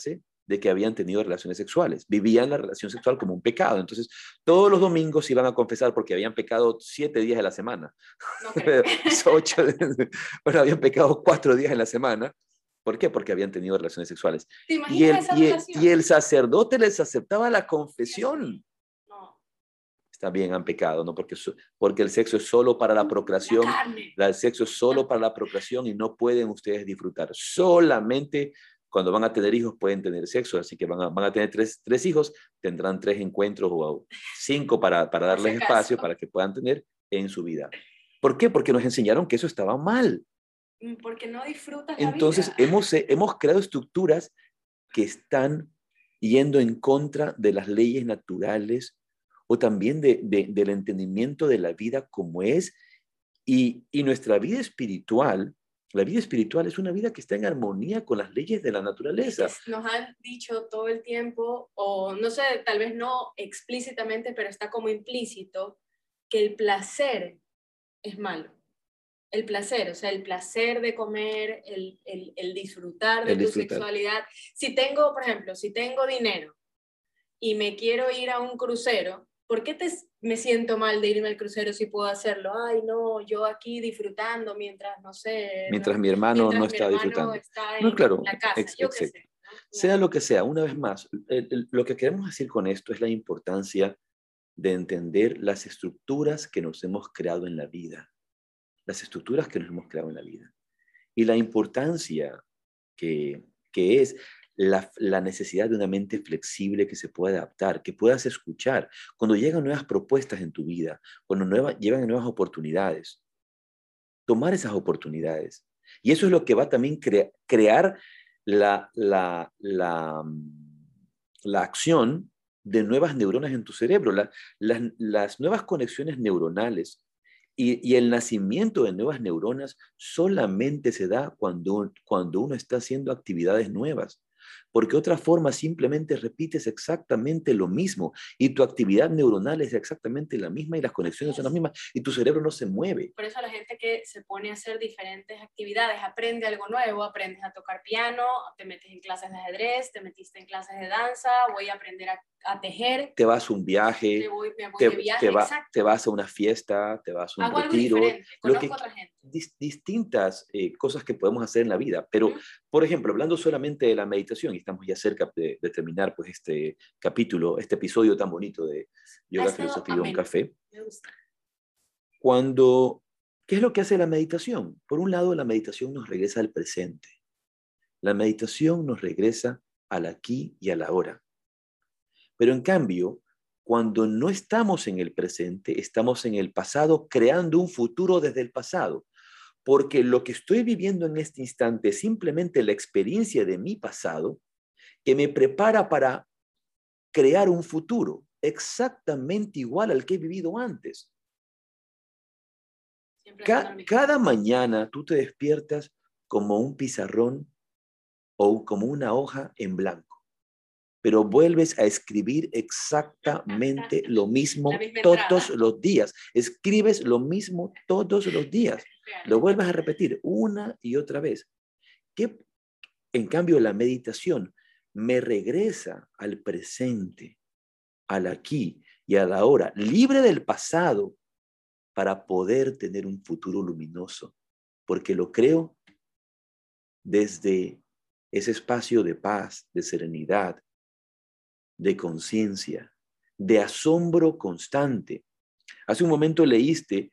de que habían tenido relaciones sexuales. Vivían la relación sexual como un pecado. Entonces, todos los domingos iban a confesar porque habían pecado 7 días de la semana. No creo. 8, bueno, habían pecado 4 días en la semana. ¿Por qué? Porque habían tenido relaciones sexuales. ¿Te imaginas esa relación? Y el sacerdote les aceptaba la confesión. No. Está bien, han pecado, ¿no? Porque el sexo es solo para la procreación. El sexo es solo para la procreación y no pueden ustedes disfrutar. Solamente cuando van a tener hijos pueden tener sexo, así que van a tener tres hijos, tendrán 3 encuentros o 5 para darles espacio para que puedan tener en su vida. ¿Por qué? Porque nos enseñaron que eso estaba mal. Porque no disfrutas Entonces, la vida. hemos creado estructuras que están yendo en contra de las leyes naturales o también del entendimiento de la vida como es. Y nuestra vida espiritual, la vida espiritual es una vida que está en armonía con las leyes de la naturaleza. Es que nos han dicho todo el tiempo, o no sé, tal vez no explícitamente, pero está como implícito, que el placer es malo. El placer, o sea, el placer de comer, el disfrutar de tu sexualidad. Si tengo, por ejemplo, si tengo dinero y me quiero ir a un crucero, ¿por qué me siento mal de irme al crucero si puedo hacerlo? Ay, no, yo aquí disfrutando mientras, no sé... Mientras mi hermano no está disfrutando. Está no, en claro, la casa, yo qué sé. ¿No? Sea lo que sea, una vez más, lo que queremos decir con esto es la importancia de entender las estructuras que nos hemos creado en la vida. Las estructuras que nos hemos creado en la vida. Y la importancia que es la necesidad de una mente flexible que se pueda adaptar, que puedas escuchar. Cuando llegan nuevas propuestas en tu vida, cuando llegan nuevas oportunidades, tomar esas oportunidades. Y eso es lo que va también crear la acción de nuevas neuronas en tu cerebro. Las nuevas conexiones neuronales y el nacimiento de nuevas neuronas solamente se da cuando uno está haciendo actividades nuevas. Porque otra forma simplemente repites exactamente lo mismo y tu actividad neuronal es exactamente la misma y las conexiones son las mismas y tu cerebro no se mueve. Por eso la gente que se pone a hacer diferentes actividades, aprende algo nuevo, aprendes a tocar piano, te metes en clases de ajedrez, te metiste en clases de danza, voy a aprender a tejer. Te vas a un viaje, me voy de viaje, te vas a una fiesta, te vas a un Hago retiro. Algo diferente, conozco a otra gente. Distintas cosas que podemos hacer en la vida. Pero, por ejemplo, hablando solamente de la meditación, y estamos ya cerca de terminar pues, este capítulo, este episodio tan bonito de Yoga, Filosofía y un Café. Me gusta. ¿Qué es lo que hace la meditación? Por un lado, la meditación nos regresa al presente. La meditación nos regresa al aquí y a la ahora. Pero en cambio, cuando no estamos en el presente, estamos en el pasado, creando un futuro desde el pasado. Porque lo que estoy viviendo en este instante es simplemente la experiencia de mi pasado que me prepara para crear un futuro exactamente igual al que he vivido antes. Cada mañana tú te despiertas como un pizarrón o como una hoja en blanco, pero vuelves a escribir exactamente lo mismo todos los días. Escribes lo mismo todos los días. Lo vuelves a repetir una y otra vez. En cambio, la meditación me regresa al presente, al aquí y a la ahora, libre del pasado, para poder tener un futuro luminoso, porque lo creo desde ese espacio de paz, de serenidad, de conciencia, de asombro constante. Hace un momento leíste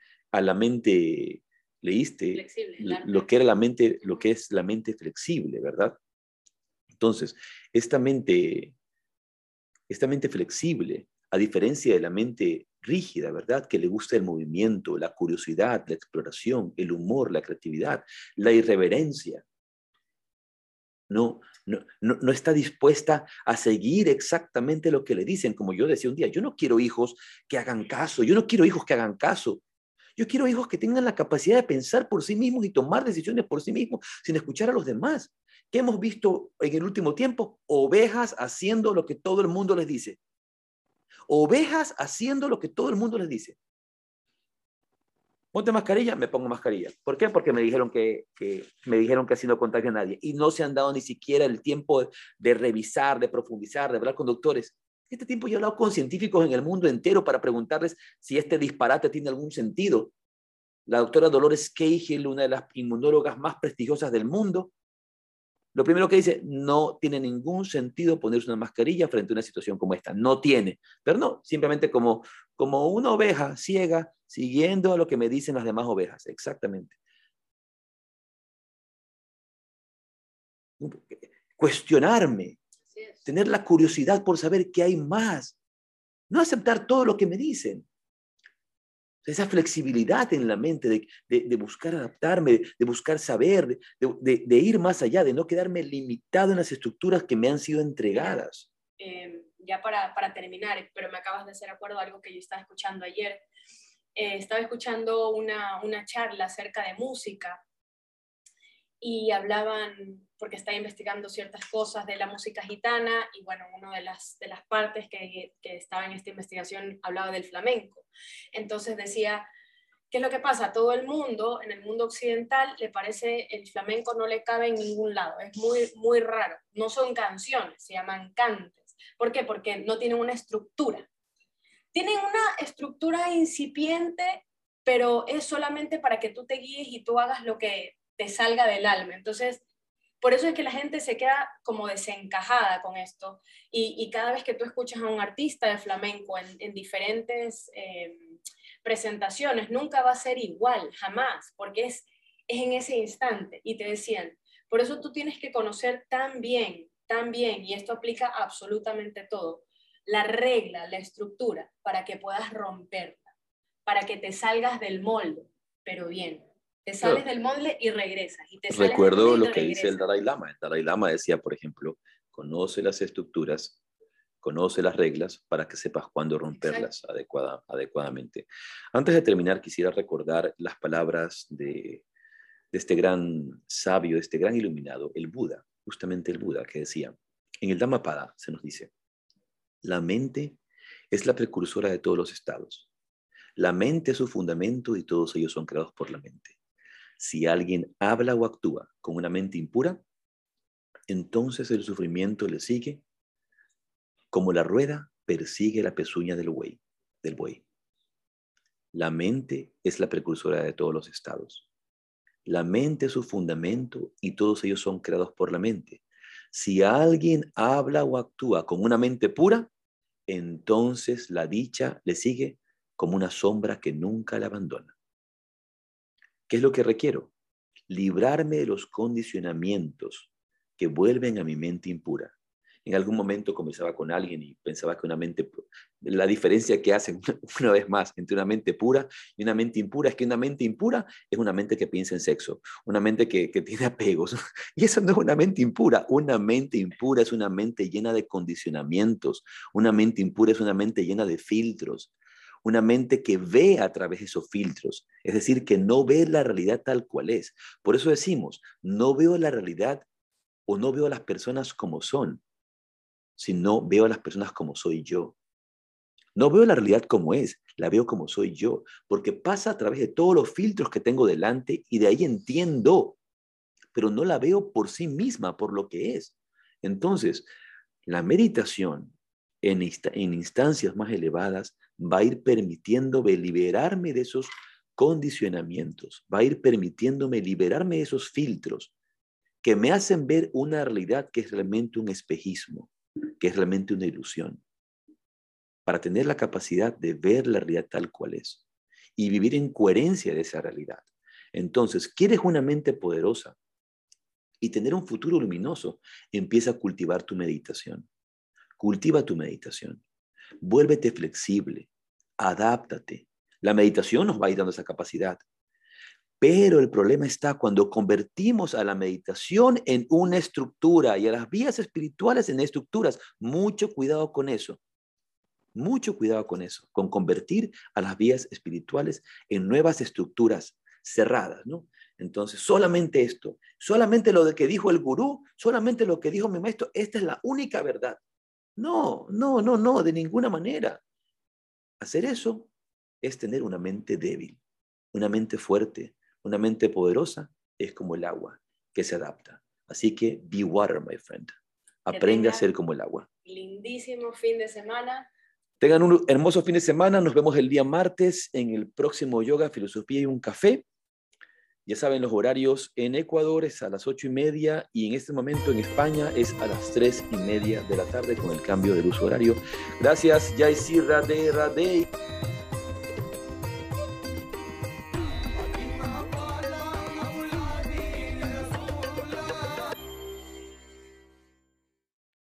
lo que es la mente flexible, ¿verdad? Entonces, esta mente flexible, a diferencia de la mente rígida, ¿verdad? Que le gusta el movimiento, la curiosidad, la exploración, el humor, la creatividad, la irreverencia. No está dispuesta a seguir exactamente lo que le dicen. Como yo decía un día, yo no quiero hijos que hagan caso, yo quiero hijos que tengan la capacidad de pensar por sí mismos y tomar decisiones por sí mismos sin escuchar a los demás. ¿Qué hemos visto en el último tiempo? Ovejas haciendo lo que todo el mundo les dice. Ovejas haciendo lo que todo el mundo les dice. Ponte mascarilla, me pongo mascarilla. ¿Por qué? Porque me dijeron que así no contagia a nadie. Y no se han dado ni siquiera el tiempo de revisar, de profundizar, de hablar con doctores. Este tiempo yo he hablado con científicos en el mundo entero para preguntarles si este disparate tiene algún sentido. La doctora Dolores Cahill, una de las inmunólogas más prestigiosas del mundo, lo primero que dice, no tiene ningún sentido ponerse una mascarilla frente a una situación como esta. No tiene. Pero no, simplemente como una oveja ciega siguiendo a lo que me dicen las demás ovejas. Exactamente. Cuestionarme, tener la curiosidad por saber qué hay más. No aceptar todo lo que me dicen. Esa flexibilidad en la mente de buscar adaptarme, de buscar saber, de ir más allá, de no quedarme limitado en las estructuras que me han sido entregadas. Ya para terminar, pero me acabas de hacer acuerdo a algo que yo estaba escuchando ayer. Estaba escuchando una charla acerca de música y hablaban, porque estaba investigando ciertas cosas de la música gitana, y bueno, una de las partes que estaba en esta investigación hablaba del flamenco. Entonces decía, ¿qué es lo que pasa? A todo el mundo, en el mundo occidental, le parece el flamenco no le cabe en ningún lado, es muy, muy raro. No son canciones, se llaman cantes. ¿Por qué? Porque no tienen una estructura. Tienen una estructura incipiente, pero es solamente para que tú te guíes y tú hagas lo que te salga del alma. Entonces, por eso es que la gente se queda como desencajada con esto. Y cada vez que tú escuchas a un artista de flamenco en diferentes presentaciones, nunca va a ser igual, jamás, porque es en ese instante. Y te decían, por eso tú tienes que conocer tan bien, y esto aplica a absolutamente todo, la regla, la estructura, para que puedas romperla, para que te salgas del molde, pero bien. Te sales del molde y regresas. Y te sales Recuerdo del molde lo que dice el Dalai Lama. El Dalai Lama decía, por ejemplo, conoce las estructuras, conoce las reglas para que sepas cuándo romperlas adecuadamente. Antes de terminar, quisiera recordar las palabras de este gran sabio, de este gran iluminado, el Buda, justamente el Buda, que decía, en el Dhammapada se nos dice, la mente es la precursora de todos los estados. La mente es su fundamento y todos ellos son creados por la mente. Si alguien habla o actúa con una mente impura, entonces el sufrimiento le sigue como la rueda persigue la pezuña del buey. La mente es la precursora de todos los estados. La mente es su fundamento y todos ellos son creados por la mente. Si alguien habla o actúa con una mente pura, entonces la dicha le sigue como una sombra que nunca la abandona. ¿Qué es lo que requiero? Librarme de los condicionamientos que vuelven a mi mente impura. En algún momento conversaba con alguien y pensaba que la diferencia que hacen una vez más entre una mente pura y una mente impura es que una mente impura es una mente que piensa en sexo, una mente que tiene apegos. Y eso no es una mente impura. Una mente impura es una mente llena de condicionamientos. Una mente impura es una mente llena de filtros. Una mente que ve a través de esos filtros, es decir, que no ve la realidad tal cual es. Por eso decimos, no veo la realidad o no veo a las personas como son, sino veo a las personas como soy yo. No veo la realidad como es, la veo como soy yo, porque pasa a través de todos los filtros que tengo delante y de ahí entiendo, pero no la veo por sí misma, por lo que es. Entonces, la meditación en instancias más elevadas va a ir permitiéndome liberarme de esos condicionamientos, va a ir permitiéndome liberarme de esos filtros que me hacen ver una realidad que es realmente un espejismo, que es realmente una ilusión, para tener la capacidad de ver la realidad tal cual es y vivir en coherencia de esa realidad. Entonces, ¿quieres una mente poderosa y tener un futuro luminoso? Empieza a cultivar tu meditación. Cultiva tu meditación. Vuélvete flexible. Adáptate. La meditación nos va a ir dando esa capacidad. Pero el problema está cuando convertimos a la meditación en una estructura y a las vías espirituales en estructuras. Mucho cuidado con eso. Mucho cuidado con eso, con convertir a las vías espirituales en nuevas estructuras cerradas, ¿no? Entonces, solamente esto, solamente lo de que dijo el gurú, solamente lo que dijo mi maestro, esta es la única verdad. No, no, no, no, de ninguna manera. Hacer eso es tener una mente débil. Una mente fuerte, una mente poderosa es como el agua que se adapta. Así que be water, my friend. Aprende a ser como el agua. Lindísimo fin de semana. Tengan un hermoso fin de semana. Nos vemos el día martes en el próximo Yoga, Filosofía y un Café. Ya saben, los horarios en Ecuador es a las 8:30 y en este momento en España es a las 3:30 de la tarde con el cambio del uso horario. Gracias, Jai Sri Radhe Radhe.